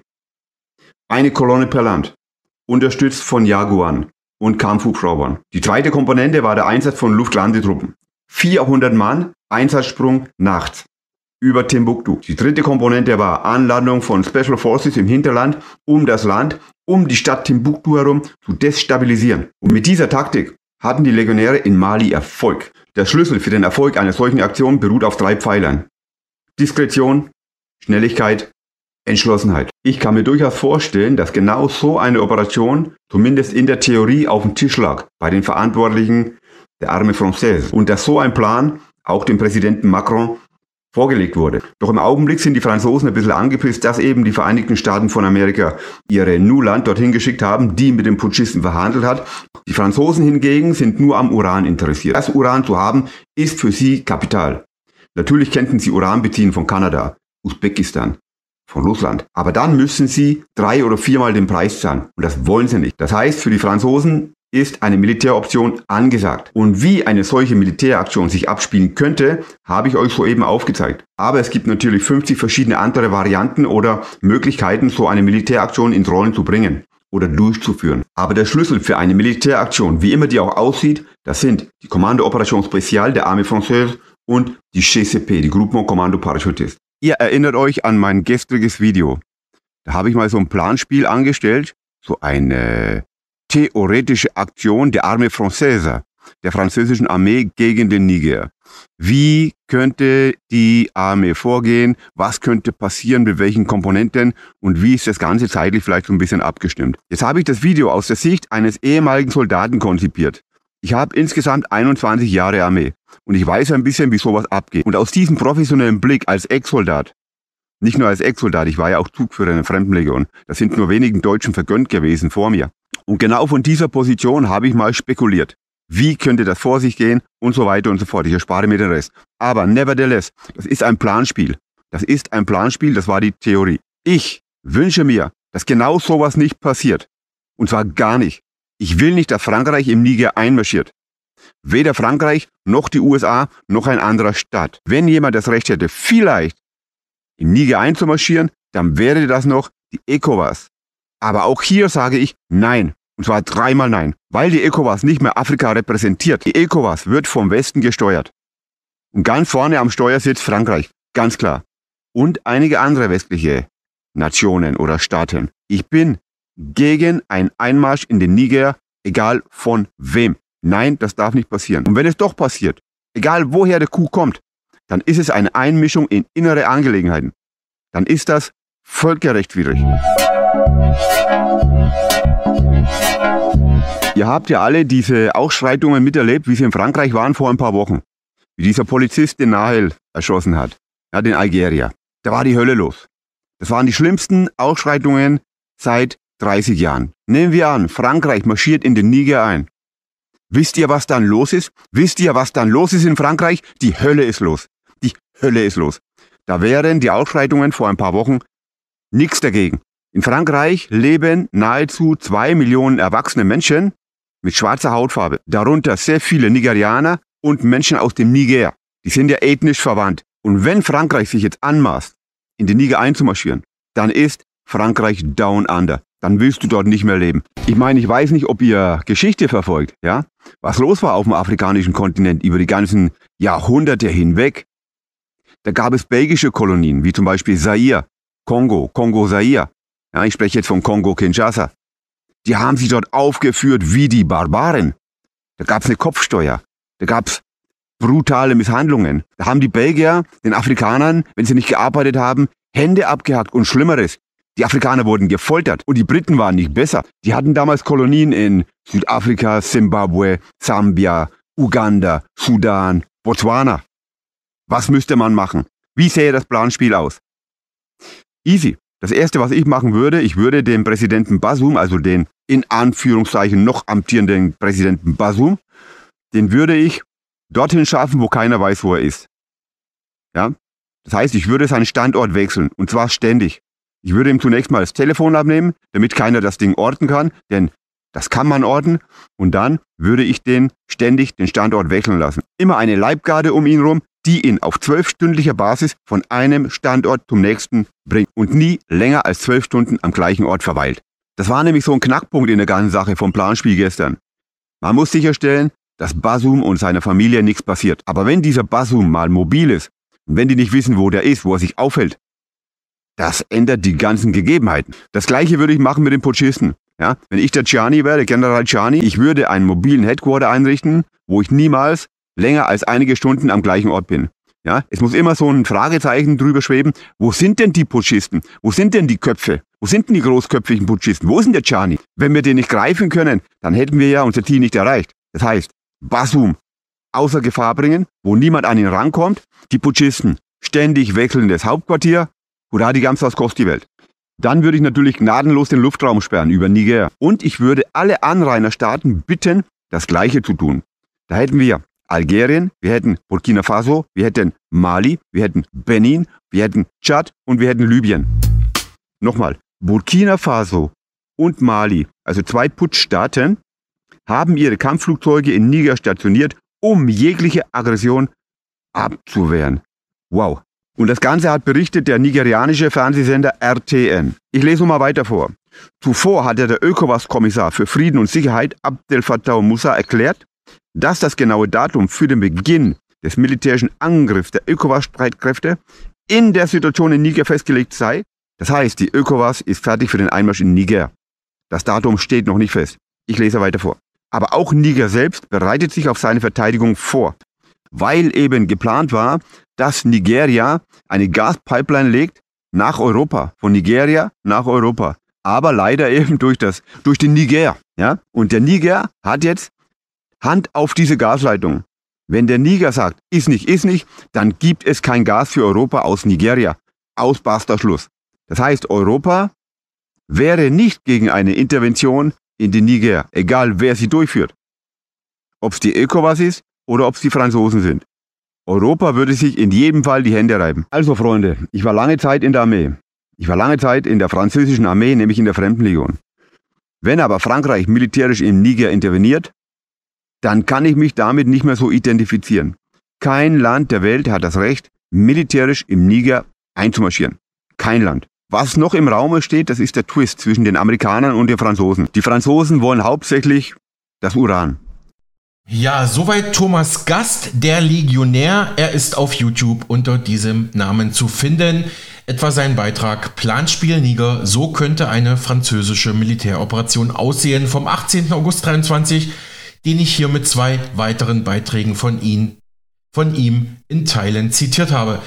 Eine Kolonne per Land, unterstützt von Jaguaren und Kampfhubschraubern. Die zweite Komponente war der Einsatz von Luftlandetruppen. vierhundert Mann, Einsatzsprung nachts über Timbuktu. Die dritte Komponente war Anlandung von Special Forces im Hinterland um das Land, um die Stadt Timbuktu herum zu destabilisieren. Und mit dieser Taktik hatten die Legionäre in Mali Erfolg. Der Schlüssel für den Erfolg einer solchen Aktion beruht auf drei Pfeilern: Diskretion, Schnelligkeit, Entschlossenheit. Ich kann mir durchaus vorstellen, dass genau so eine Operation zumindest in der Theorie auf dem Tisch lag bei den Verantwortlichen der Armée Française und dass so ein Plan auch dem Präsidenten Macron vorgelegt wurde. Doch im Augenblick sind die Franzosen ein bisschen angepisst, dass eben die Vereinigten Staaten von Amerika ihre Nuland dorthin geschickt haben, die mit den Putschisten verhandelt hat. Die Franzosen hingegen sind nur am Uran interessiert. Das Uran zu haben, ist für sie Kapital. Natürlich könnten sie Uran beziehen von Kanada, Usbekistan, von Russland. Aber dann müssen sie drei oder viermal den Preis zahlen. Und das wollen sie nicht. Das heißt, für die Franzosen ist eine Militäroption angesagt. Und wie eine solche Militäraktion sich abspielen könnte, habe ich euch soeben aufgezeigt. Aber es gibt natürlich fünfzig verschiedene andere Varianten oder Möglichkeiten, so eine Militäraktion ins Rollen zu bringen oder durchzuführen. Aber der Schlüssel für eine Militäraktion, wie immer die auch aussieht, das sind die Kommando Operation Spéciale der Armée Française und die G C P, die Groupement Commando Parachutiste. Ihr erinnert euch an mein gestriges Video. Da habe ich mal so ein Planspiel angestellt, so eine theoretische Aktion der Armée Française, der französischen Armee gegen den Niger. Wie könnte die Armee vorgehen? Was könnte passieren? Mit welchen Komponenten? Und wie ist das Ganze zeitlich vielleicht so ein bisschen abgestimmt? Jetzt habe ich das Video aus der Sicht eines ehemaligen Soldaten konzipiert. Ich habe insgesamt einundzwanzig Jahre Armee und ich weiß ein bisschen, wie sowas abgeht. Und aus diesem professionellen Blick als Ex-Soldat, nicht nur als Ex-Soldat, ich war ja auch Zugführer in der Fremdenlegion, das sind nur wenigen Deutschen vergönnt gewesen vor mir. Und genau von dieser Position habe ich mal spekuliert. Wie könnte das vor sich gehen und so weiter und so fort. Ich erspare mir den Rest. Aber nevertheless, das ist ein Planspiel. Das ist ein Planspiel, das war die Theorie. Ich wünsche mir, dass genau sowas nicht passiert. Und zwar gar nicht. Ich will nicht, dass Frankreich im Niger einmarschiert. Weder Frankreich, noch die U S A, noch ein anderer Staat. Wenn jemand das Recht hätte, vielleicht im Niger einzumarschieren, dann wäre das noch die ECOWAS. Aber auch hier sage ich nein. Und zwar dreimal nein. Weil die ECOWAS nicht mehr Afrika repräsentiert. Die ECOWAS wird vom Westen gesteuert. Und ganz vorne am Steuer sitzt Frankreich. Ganz klar. Und einige andere westliche Nationen oder Staaten. Ich bin gegen einen Einmarsch in den Niger, egal von wem. Nein, das darf nicht passieren. Und wenn es doch passiert, egal woher der Coup kommt, dann ist es eine Einmischung in innere Angelegenheiten. Dann ist das völkerrechtswidrig. Ihr habt ja alle diese Ausschreitungen miterlebt, wie sie in Frankreich waren vor ein paar Wochen. Wie dieser Polizist den Nahel erschossen hat. Ja, den Algerier. Da war die Hölle los. Das waren die schlimmsten Ausschreitungen seit dreißig Jahren. Nehmen wir an, Frankreich marschiert in den Niger ein. Wisst ihr, was dann los ist? Wisst ihr, was dann los ist in Frankreich? Die Hölle ist los. Die Hölle ist los. Da wären die Ausschreitungen vor ein paar Wochen nichts dagegen. In Frankreich leben nahezu zwei Millionen erwachsene Menschen mit schwarzer Hautfarbe. Darunter sehr viele Nigerianer und Menschen aus dem Niger. Die sind ja ethnisch verwandt. Und wenn Frankreich sich jetzt anmaßt, in den Niger einzumarschieren, dann ist Frankreich down under. Dann willst du dort nicht mehr leben. Ich meine, ich weiß nicht, ob ihr Geschichte verfolgt, ja? Was los war auf dem afrikanischen Kontinent über die ganzen Jahrhunderte hinweg. Da gab es belgische Kolonien, wie zum Beispiel Zaire, Kongo, Kongo-Zaire. Ja, ich spreche jetzt von Kongo-Kinshasa. Die haben sich dort aufgeführt wie die Barbaren. Da gab es eine Kopfsteuer. Da gab es brutale Misshandlungen. Da haben die Belgier den Afrikanern, wenn sie nicht gearbeitet haben, Hände abgehackt und Schlimmeres. Die Afrikaner wurden gefoltert und die Briten waren nicht besser. Die hatten damals Kolonien in Südafrika, Zimbabwe, Sambia, Uganda, Sudan, Botswana. Was müsste man machen? Wie sähe das Planspiel aus? Easy. Das Erste, was ich machen würde, ich würde den Präsidenten Bazoum, also den in Anführungszeichen noch amtierenden Präsidenten Bazoum, den würde ich dorthin schaffen, wo keiner weiß, wo er ist. Ja? Das heißt, ich würde seinen Standort wechseln, und zwar ständig. Ich würde ihm zunächst mal das Telefon abnehmen, damit keiner das Ding orten kann, denn das kann man orten, und dann würde ich den ständig den Standort wechseln lassen. Immer eine Leibgarde um ihn rum, die ihn auf zwölfstündlicher Basis von einem Standort zum nächsten bringt und nie länger als zwölf Stunden am gleichen Ort verweilt. Das war nämlich so ein Knackpunkt in der ganzen Sache vom Planspiel gestern. Man muss sicherstellen, dass Basum und seiner Familie nichts passiert. Aber wenn dieser Basum mal mobil ist und wenn die nicht wissen, wo der ist, wo er sich aufhält, das ändert die ganzen Gegebenheiten. Das gleiche würde ich machen mit den Putschisten. Ja, wenn ich der Ciani wäre, der General Ciani, ich würde einen mobilen Headquarter einrichten, wo ich niemals länger als einige Stunden am gleichen Ort bin. Ja, es muss immer so ein Fragezeichen drüber schweben. Wo sind denn die Putschisten? Wo sind denn die Köpfe? Wo sind denn die großköpfigen Putschisten? Wo ist denn der Ciani? Wenn wir den nicht greifen können, dann hätten wir ja unser Ziel nicht erreicht. Das heißt, Basum außer Gefahr bringen, wo niemand an ihn rankommt, die Putschisten ständig wechselndes Hauptquartier, hurra die Gamsas kostet die Welt. Dann würde ich natürlich gnadenlos den Luftraum sperren über Niger. Und ich würde alle Anrainerstaaten bitten, das Gleiche zu tun. Da hätten wir Algerien, wir hätten Burkina Faso, wir hätten Mali, wir hätten Benin, wir hätten Tschad und wir hätten Libyen. Nochmal, Burkina Faso und Mali, also zwei Putschstaaten, haben ihre Kampfflugzeuge in Niger stationiert, um jegliche Aggression abzuwehren. Wow. Und das Ganze hat berichtet der nigerianische Fernsehsender R T N. Ich lese mal weiter vor. Zuvor hatte der ECOWAS-Kommissar für Frieden und Sicherheit Abdel Fattah Musa erklärt, dass das genaue Datum für den Beginn des militärischen Angriffs der ECOWAS-Streitkräfte in der Situation in Niger festgelegt sei. Das heißt, die ECOWAS ist fertig für den Einmarsch in Niger. Das Datum steht noch nicht fest. Ich lese weiter vor. Aber auch Niger selbst bereitet sich auf seine Verteidigung vor, weil eben geplant war, dass Nigeria eine Gaspipeline legt nach Europa, von Nigeria nach Europa. Aber leider eben durch das, durch den Niger. Ja? Und der Niger hat jetzt Hand auf diese Gasleitung. Wenn der Niger sagt, ist nicht, ist nicht, dann gibt es kein Gas für Europa aus Nigeria. Aus, basta, Schluss. Das heißt, Europa wäre nicht gegen eine Intervention in den Niger, egal wer sie durchführt. Ob es die ECOWAS ist oder ob es die Franzosen sind. Europa würde sich in jedem Fall die Hände reiben. Also Freunde, ich war lange Zeit in der Armee. Ich war lange Zeit in der französischen Armee, nämlich in der Fremdenlegion. Wenn aber Frankreich militärisch im Niger interveniert, dann kann ich mich damit nicht mehr so identifizieren. Kein Land der Welt hat das Recht, militärisch im Niger einzumarschieren. Kein Land. Was noch im Raume steht, das ist der Twist zwischen den Amerikanern und den Franzosen. Die Franzosen wollen hauptsächlich das Uran. Ja, soweit Thomas Gast, der Legionär. Er ist auf YouTube unter diesem Namen zu finden. Etwa sein Beitrag Planspiel Niger, so könnte eine französische Militäroperation aussehen, vom achtzehnten August dreiundzwanzig, den ich hier mit zwei weiteren Beiträgen von, ihn, von ihm in Teilen zitiert habe.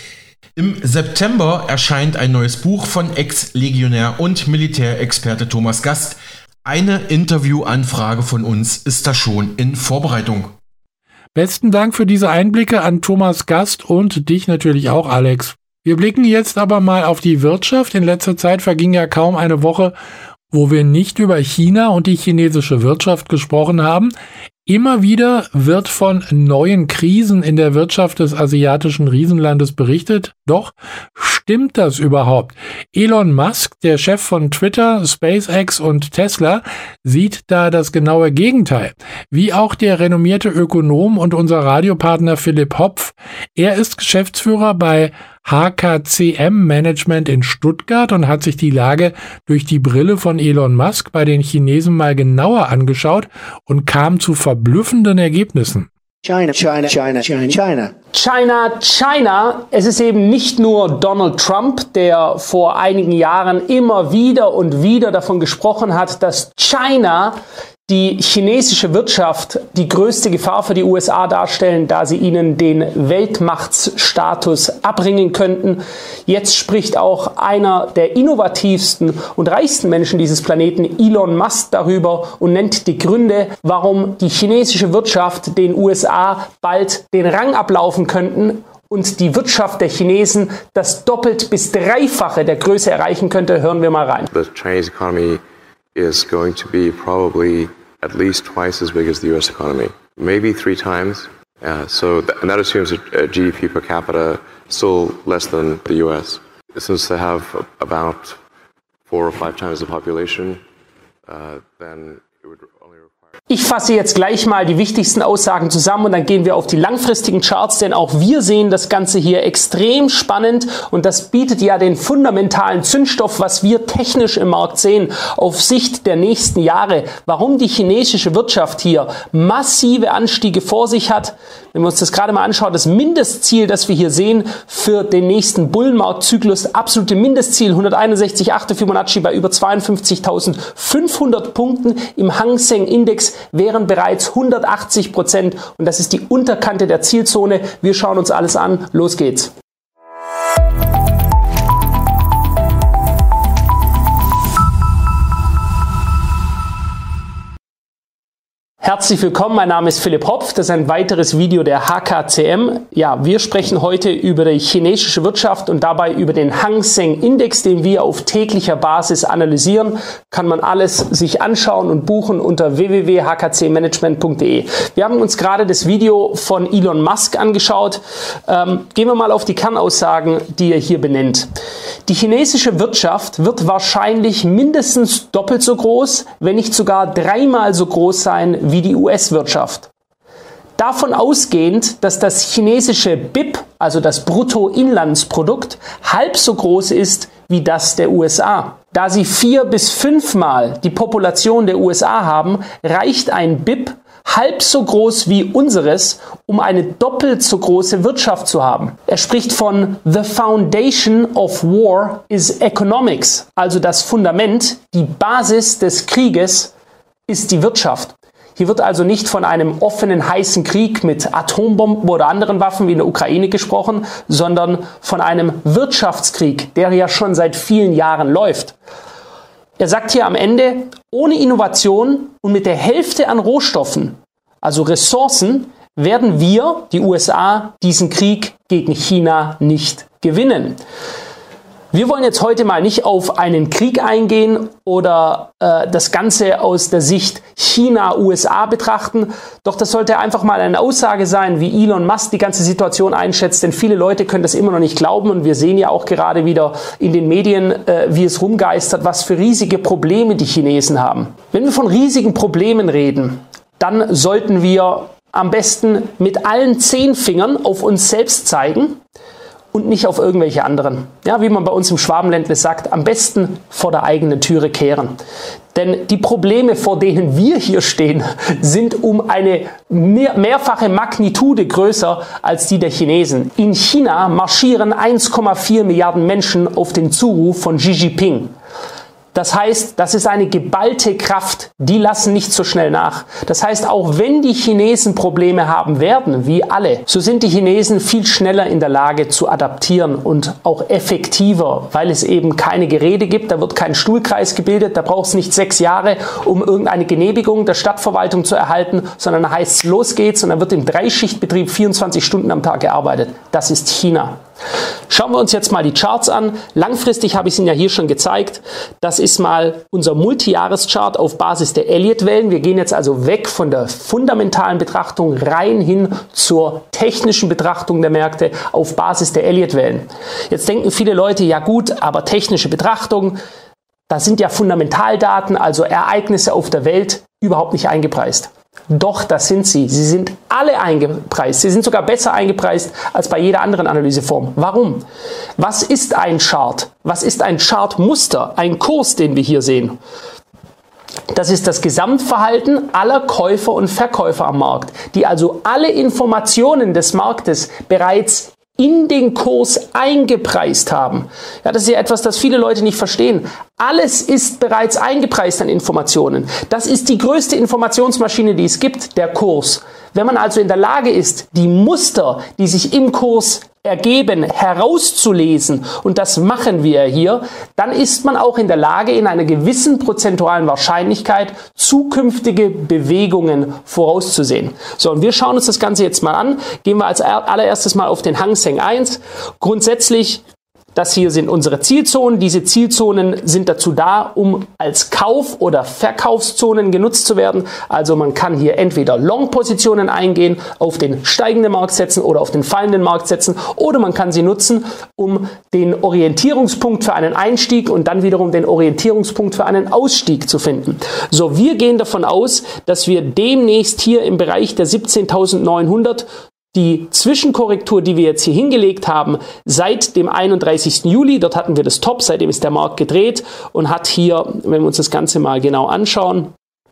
Im September erscheint ein neues Buch von Ex-Legionär und Militärexperte Thomas Gast. Eine Interviewanfrage von uns ist da schon in Vorbereitung. Besten Dank für diese Einblicke an Thomas Gast und dich natürlich auch, Alex. Wir blicken jetzt aber mal auf die Wirtschaft. In letzter Zeit verging ja kaum eine Woche, wo wir nicht über China und die chinesische Wirtschaft gesprochen haben. Immer wieder wird von neuen Krisen in der Wirtschaft des asiatischen Riesenlandes berichtet. Doch stimmt das überhaupt? Elon Musk, der Chef von Twitter, SpaceX und Tesla, sieht da das genaue Gegenteil. Wie auch der renommierte Ökonom und unser Radiopartner Philipp Hopf. Er ist Geschäftsführer bei H K C M Management in Stuttgart und hat sich die Lage durch die Brille von Elon Musk bei den Chinesen mal genauer angeschaut und kam zu verblüffenden Ergebnissen. China, China, China, China, China. China, China. Es ist eben nicht nur Donald Trump, der vor einigen Jahren immer wieder und wieder davon gesprochen hat, dass China die chinesische Wirtschaft die größte Gefahr für die U S A darstellen, da sie ihnen den Weltmachtsstatus abbringen könnten. Jetzt spricht auch einer der innovativsten und reichsten Menschen dieses Planeten, Elon Musk, darüber und nennt die Gründe, warum die chinesische Wirtschaft den U S A bald den Rang ablaufen könnten und die Wirtschaft der Chinesen das doppelt bis dreifache der Größe erreichen könnte. Hören wir mal rein. The Chinese economy is going to be probably at least twice as big as the U S economy, maybe three times Uh, so th and that assumes a, a G D P per capita still less than the U S. Since they have about four or five times the population, uh, then it would only require. Ich fasse jetzt gleich mal die wichtigsten Aussagen zusammen und dann gehen wir auf die langfristigen Charts, denn auch wir sehen das Ganze hier extrem spannend und das bietet ja den fundamentalen Zündstoff, was wir technisch im Markt sehen, auf Sicht der nächsten Jahre. Warum die chinesische Wirtschaft hier massive Anstiege vor sich hat. Wenn wir uns das gerade mal anschauen, das Mindestziel, das wir hier sehen für den nächsten Bullenmarktzyklus, absolute Mindestziel hunderteinundsechzig Komma acht Fibonacci bei über zweiundfünfzigtausendfünfhundert Punkten im Hang Seng Index wären bereits hundertachtzig Prozent und das ist die Unterkante der Zielzone. Wir schauen uns alles an. Los geht's. Herzlich willkommen, mein Name ist Philipp Hopf, das ist ein weiteres Video der H K C M. Ja, wir sprechen heute über die chinesische Wirtschaft und dabei über den Hang Seng Index, den wir auf täglicher Basis analysieren. Kann man alles sich anschauen und buchen unter w w w punkt h k c management punkt d e. Wir haben uns gerade das Video von Elon Musk angeschaut. Ähm, gehen wir mal auf die Kernaussagen, die er hier benennt. Die chinesische Wirtschaft wird wahrscheinlich mindestens doppelt so groß, wenn nicht sogar dreimal so groß sein wie die U S-Wirtschaft. Davon ausgehend, dass das chinesische B I P, also das Bruttoinlandsprodukt, halb so groß ist wie das der U S A. Da sie vier bis fünfmal die Population der U S A haben, reicht ein B I P halb so groß wie unseres, um eine doppelt so große Wirtschaft zu haben. Er spricht von The Foundation of War is Economics, also das Fundament, die Basis des Krieges ist die Wirtschaft. Hier wird also nicht von einem offenen, heißen Krieg mit Atombomben oder anderen Waffen wie in der Ukraine gesprochen, sondern von einem Wirtschaftskrieg, der ja schon seit vielen Jahren läuft. Er sagt hier am Ende, ohne Innovation und mit der Hälfte an Rohstoffen, also Ressourcen, werden wir, die U S A, diesen Krieg gegen China nicht gewinnen. Wir wollen jetzt heute mal nicht auf einen Krieg eingehen oder äh, das Ganze aus der Sicht China-U S A betrachten. Doch das sollte einfach mal eine Aussage sein, wie Elon Musk die ganze Situation einschätzt. Denn viele Leute können das immer noch nicht glauben. Und wir sehen ja auch gerade wieder in den Medien, äh, wie es rumgeistert, was für riesige Probleme die Chinesen haben. Wenn wir von riesigen Problemen reden, dann sollten wir am besten mit allen zehn Fingern auf uns selbst zeigen und nicht auf irgendwelche anderen. Ja, wie man bei uns im Schwabenländle sagt, am besten vor der eigenen Türe kehren. Denn die Probleme, vor denen wir hier stehen, sind um eine mehr, mehrfache Magnitude größer als die der Chinesen. In China marschieren eins Komma vier Milliarden Menschen auf den Zuruf von Xi Jinping. Das heißt, das ist eine geballte Kraft, die lassen nicht so schnell nach. Das heißt, auch wenn die Chinesen Probleme haben werden, wie alle, so sind die Chinesen viel schneller in der Lage zu adaptieren und auch effektiver, weil es eben keine Geräte gibt, da wird kein Stuhlkreis gebildet, da braucht es nicht sechs Jahre, um irgendeine Genehmigung der Stadtverwaltung zu erhalten, sondern da heißt es, los geht's und dann wird im Dreischichtbetrieb vierundzwanzig Stunden am Tag gearbeitet. Das ist China. Schauen wir uns jetzt mal die Charts an. Langfristig habe ich es Ihnen ja hier schon gezeigt. Das ist mal unser Multijahreschart auf Basis der Elliott-Wellen. Wir gehen jetzt also weg von der fundamentalen Betrachtung rein hin zur technischen Betrachtung der Märkte auf Basis der Elliott-Wellen. Jetzt denken viele Leute, ja gut, aber technische Betrachtung, da sind ja Fundamentaldaten, also Ereignisse auf der Welt, überhaupt nicht eingepreist. Doch, das sind sie. Sie sind alle eingepreist. Sie sind sogar besser eingepreist als bei jeder anderen Analyseform. Warum? Was ist ein Chart? Was ist ein Chartmuster? Ein Kurs, den wir hier sehen. Das ist das Gesamtverhalten aller Käufer und Verkäufer am Markt, die also alle Informationen des Marktes bereits in den Kurs eingepreist haben. Ja, das ist ja etwas, das viele Leute nicht verstehen. Alles ist bereits eingepreist an Informationen. Das ist die größte Informationsmaschine, die es gibt, der Kurs. Wenn man also in der Lage ist, die Muster, die sich im Kurs ergeben, herauszulesen, und das machen wir hier, dann ist man auch in der Lage, in einer gewissen prozentualen Wahrscheinlichkeit zukünftige Bewegungen vorauszusehen. So, und wir schauen uns das Ganze jetzt mal an. Gehen wir als allererstes mal auf den Hang Seng eins. Grundsätzlich Das hier sind unsere Zielzonen. Diese Zielzonen sind dazu da, um als Kauf- oder Verkaufszonen genutzt zu werden. Also man kann hier entweder Long-Positionen eingehen, auf den steigenden Markt setzen oder auf den fallenden Markt setzen, oder man kann sie nutzen, um den Orientierungspunkt für einen Einstieg und dann wiederum den Orientierungspunkt für einen Ausstieg zu finden. So, wir gehen davon aus, dass wir demnächst hier im Bereich der siebzehntausendneunhundert die Zwischenkorrektur, die wir jetzt hier hingelegt haben, seit dem einunddreißigsten Juli, dort hatten wir das Top, seitdem ist der Markt gedreht und hat hier, wenn wir uns das Ganze mal genau anschauen,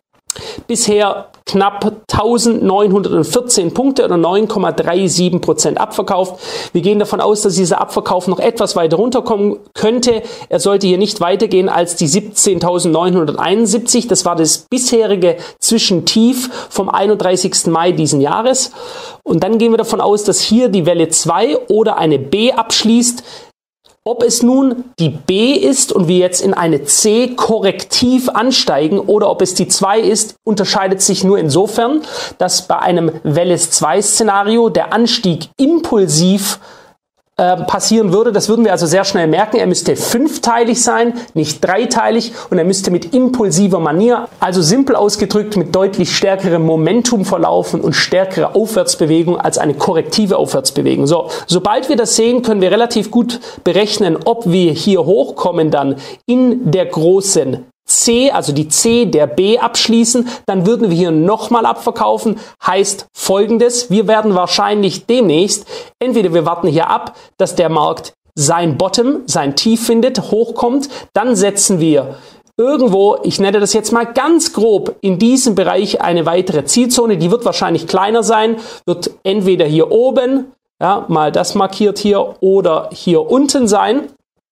bisher knapp eintausendneunhundertvierzehn Punkte oder neun Komma siebenunddreißig Prozent abverkauft. Wir gehen davon aus, dass dieser Abverkauf noch etwas weiter runterkommen könnte. Er sollte hier nicht weitergehen als die siebzehntausendneunhunderteinundsiebzig. Das war das bisherige Zwischentief vom einunddreißigsten Mai diesen Jahres. Und dann gehen wir davon aus, dass hier die Welle zwei oder eine B abschließt. Ob es nun die B ist und wir jetzt in eine C korrektiv ansteigen oder ob es die zwei ist, unterscheidet sich nur insofern, dass bei einem Welle zwei Szenario der Anstieg impulsiv äh, passieren würde. Das würden wir also sehr schnell merken. Er müsste fünfteilig sein, nicht dreiteilig, und er müsste mit impulsiver Manier, also simpel ausgedrückt, mit deutlich stärkerem Momentum verlaufen und stärkere Aufwärtsbewegung als eine korrektive Aufwärtsbewegung. So, sobald wir das sehen, können wir relativ gut berechnen, ob wir hier hochkommen dann in der großen C, also die C der B abschließen, dann würden wir hier nochmal abverkaufen. Heißt Folgendes: Wir werden wahrscheinlich demnächst, entweder wir warten hier ab, dass der Markt sein Bottom, sein Tief findet, hochkommt, dann setzen wir irgendwo, ich nenne das jetzt mal ganz grob, in diesem Bereich eine weitere Zielzone, die wird wahrscheinlich kleiner sein, wird entweder hier oben, ja, mal das markiert hier, oder hier unten sein,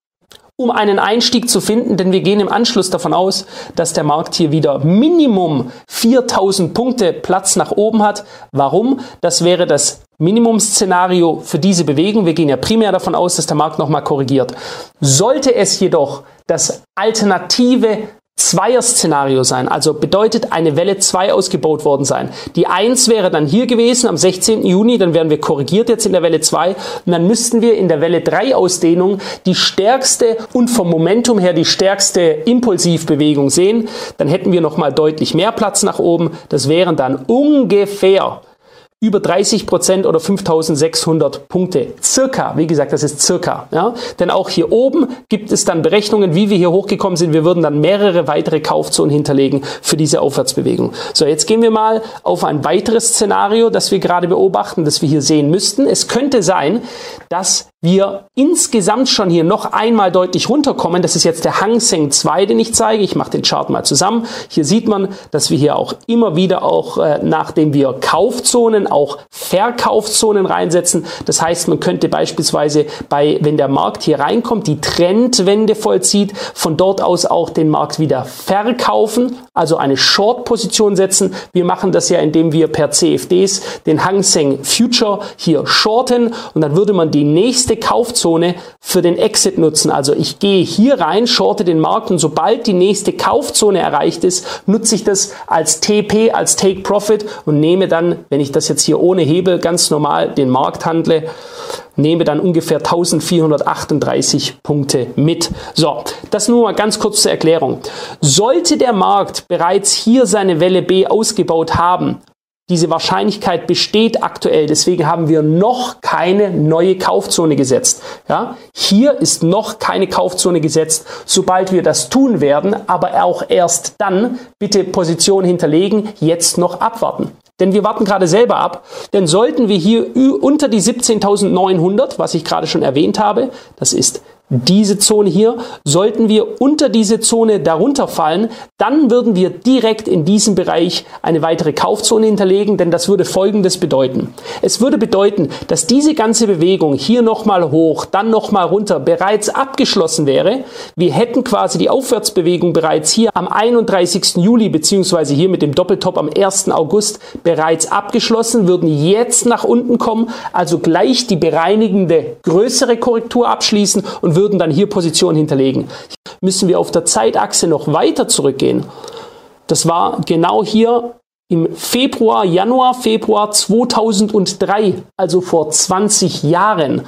um einen Einstieg zu finden, denn wir gehen im Anschluss davon aus, dass der Markt hier wieder Minimum viertausend Punkte Platz nach oben hat. Warum? Das wäre das Minimumszenario für diese Bewegung. Wir gehen ja primär davon aus, dass der Markt nochmal korrigiert. Sollte es jedoch das alternative Zweier-Szenario sein, also bedeutet eine Welle zwei ausgebaut worden sein. Die eins wäre dann hier gewesen am sechzehnten Juni, dann wären wir korrigiert jetzt in der Welle zwei und dann müssten wir in der Welle drei Ausdehnung die stärkste und vom Momentum her die stärkste Impulsivbewegung sehen. Dann hätten wir nochmal deutlich mehr Platz nach oben. Das wären dann ungefähr über dreißig Prozent oder fünftausendsechshundert Punkte. Circa, wie gesagt, das ist circa. Ja? Denn auch hier oben gibt es dann Berechnungen, wie wir hier hochgekommen sind. Wir würden dann mehrere weitere Kaufzonen hinterlegen für diese Aufwärtsbewegung. So, jetzt gehen wir mal auf ein weiteres Szenario, das wir gerade beobachten, das wir hier sehen müssten. Es könnte sein, dass wir insgesamt schon hier noch einmal deutlich runterkommen. Das ist jetzt der Hang Seng zwei, den ich zeige. Ich mache den Chart mal zusammen. Hier sieht man, dass wir hier auch immer wieder auch, äh, nachdem wir Kaufzonen, auch Verkaufszonen reinsetzen. Das heißt, man könnte beispielsweise bei, wenn der Markt hier reinkommt, die Trendwende vollzieht, von dort aus auch den Markt wieder verkaufen, also eine Short-Position setzen. Wir machen das ja, indem wir per C F Ds den Hang Seng Future hier shorten und dann würde man die nächste Kaufzone für den Exit nutzen. Also ich gehe hier rein, shorte den Markt und sobald die nächste Kaufzone erreicht ist, nutze ich das als T P, als Take Profit und nehme dann, wenn ich das jetzt hier ohne Hebel ganz normal den Markt handle, nehme dann ungefähr eintausendvierhundertachtunddreißig Punkte mit. So, das nur mal ganz kurz zur Erklärung. Sollte der Markt bereits hier seine Welle B ausgebaut haben, diese Wahrscheinlichkeit besteht aktuell, deswegen haben wir noch keine neue Kaufzone gesetzt. Ja, hier ist noch keine Kaufzone gesetzt. Sobald wir das tun werden, aber auch erst dann, bitte Position hinterlegen, jetzt noch abwarten. Denn wir warten gerade selber ab, denn sollten wir hier unter die siebzehntausendneunhundert, was ich gerade schon erwähnt habe, das ist diese Zone hier, sollten wir unter diese Zone darunter fallen, dann würden wir direkt in diesem Bereich eine weitere Kaufzone hinterlegen, denn das würde Folgendes bedeuten. Es würde bedeuten, dass diese ganze Bewegung hier nochmal hoch, dann nochmal runter bereits abgeschlossen wäre. Wir hätten quasi die Aufwärtsbewegung bereits hier am einunddreißigsten Juli beziehungsweise hier mit dem Doppeltop am ersten August bereits abgeschlossen, würden jetzt nach unten kommen, also gleich die bereinigende größere Korrektur abschließen und würden dann hier Positionen hinterlegen. Müssen wir auf der Zeitachse noch weiter zurückgehen. Das war genau hier im Februar, Januar, Februar zweitausenddrei, also vor zwanzig Jahren.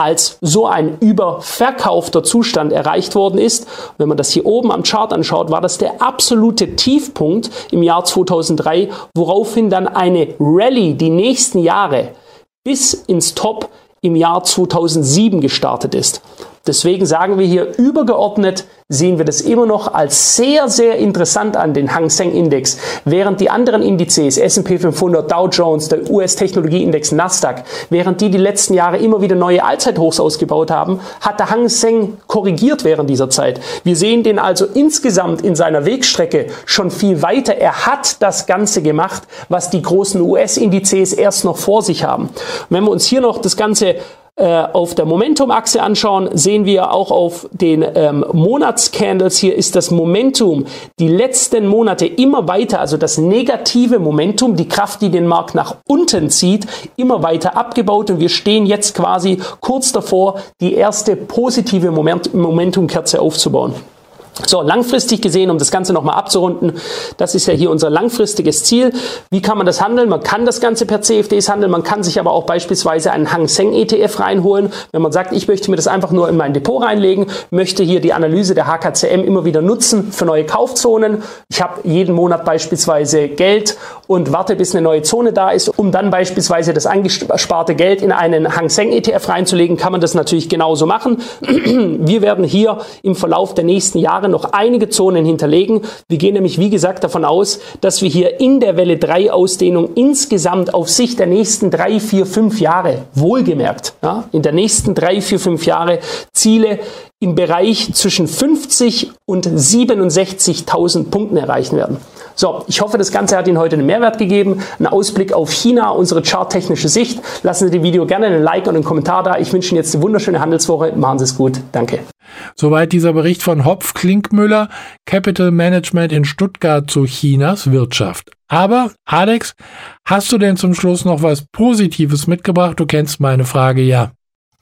als so ein überverkaufter Zustand erreicht worden ist. Und wenn man das hier oben am Chart anschaut, war das der absolute Tiefpunkt im Jahr zweitausenddrei, woraufhin dann eine Rallye die nächsten Jahre bis ins Top im Jahr zweitausendsieben gestartet ist. Deswegen sagen wir hier übergeordnet, sehen wir das immer noch als sehr, sehr interessant an, den Hang Seng Index. Während die anderen Indizes, S und P fünfhundert, Dow Jones, der U S-Technologieindex Nasdaq, während die die letzten Jahre immer wieder neue Allzeithochs ausgebaut haben, hat der Hang Seng korrigiert während dieser Zeit. Wir sehen den also insgesamt in seiner Wegstrecke schon viel weiter. Er hat das Ganze gemacht, was die großen U S-Indizes erst noch vor sich haben. Und wenn wir uns hier noch das Ganze auf der Momentum-Achse anschauen, sehen wir auch auf den ähm, Monatscandles, hier ist das Momentum die letzten Monate immer weiter, also das negative Momentum, die Kraft, die den Markt nach unten zieht, immer weiter abgebaut und wir stehen jetzt quasi kurz davor, die erste positive Moment Momentumkerze aufzubauen. So, langfristig gesehen, um das Ganze nochmal abzurunden, das ist ja hier unser langfristiges Ziel. Wie kann man das handeln? Man kann das Ganze per C F Ds handeln, man kann sich aber auch beispielsweise einen Hang Seng E T F reinholen. Wenn man sagt, ich möchte mir das einfach nur in mein Depot reinlegen, möchte hier die Analyse der H K C M immer wieder nutzen für neue Kaufzonen. Ich habe jeden Monat beispielsweise Geld und warte, bis eine neue Zone da ist, um dann beispielsweise das angesparte Geld in einen Hang Seng E T F reinzulegen, kann man das natürlich genauso machen. Wir werden hier im Verlauf der nächsten Jahre noch einige Zonen hinterlegen. Wir gehen nämlich, wie gesagt, davon aus, dass wir hier in der Welle drei Ausdehnung insgesamt auf Sicht der nächsten drei, vier, fünf Jahre, wohlgemerkt, ja, in der nächsten drei, vier, fünf Jahre Ziele im Bereich zwischen fünfzig und siebenundsechzigtausend Punkten erreichen werden. So, ich hoffe, das Ganze hat Ihnen heute einen Mehrwert gegeben. Ein Ausblick auf China, unsere charttechnische Sicht. Lassen Sie dem Video gerne einen Like und einen Kommentar da. Ich wünsche Ihnen jetzt eine wunderschöne Handelswoche. Machen Sie es gut. Danke. Soweit dieser Bericht von Hopf-Klinkmüller, Capital Management in Stuttgart zu Chinas Wirtschaft. Aber, Alex, hast du denn zum Schluss noch was Positives mitgebracht? Du kennst meine Frage, ja.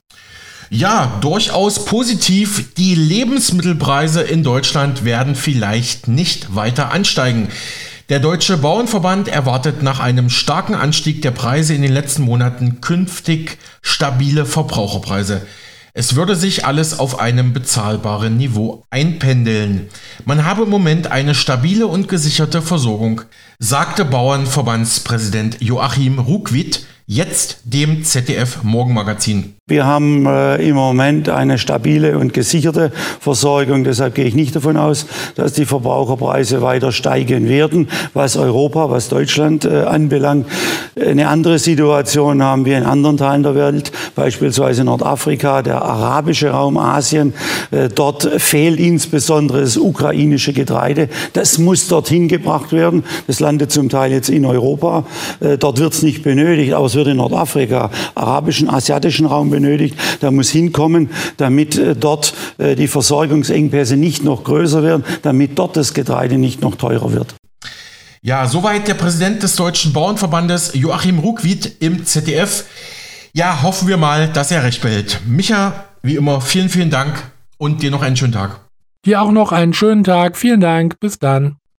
Ja, durchaus positiv. Die Lebensmittelpreise in Deutschland werden vielleicht nicht weiter ansteigen. Der Deutsche Bauernverband erwartet nach einem starken Anstieg der Preise in den letzten Monaten künftig stabile Verbraucherpreise. Es würde sich alles auf einem bezahlbaren Niveau einpendeln. Man habe im Moment eine stabile und gesicherte Versorgung, sagte Bauernverbandspräsident Joachim Ruckwied jetzt dem Z D F Morgenmagazin. Wir haben äh, im Moment eine stabile und gesicherte Versorgung. Deshalb gehe ich nicht davon aus, dass die Verbraucherpreise weiter steigen werden, was Europa, was Deutschland äh, anbelangt. Eine andere Situation haben wir in anderen Teilen der Welt, beispielsweise Nordafrika, der arabische Raum, Asien. Äh, dort fehlt insbesondere das ukrainische Getreide. Das muss dorthin gebracht werden. Das landet zum Teil jetzt in Europa. Äh, dort wird es nicht benötigt, aber es wird in Nordafrika, arabischen, asiatischen Raum benötigt. Da muss hinkommen, damit äh, dort äh, die Versorgungsengpässe nicht noch größer werden, damit dort das Getreide nicht noch teurer wird. Ja, soweit der Präsident des Deutschen Bauernverbandes Joachim Ruckwied im Z D F. Ja, hoffen wir mal, dass er recht behält. Micha, wie immer, vielen, vielen Dank und dir noch einen schönen Tag. Dir auch noch einen schönen Tag. Vielen Dank. Bis dann.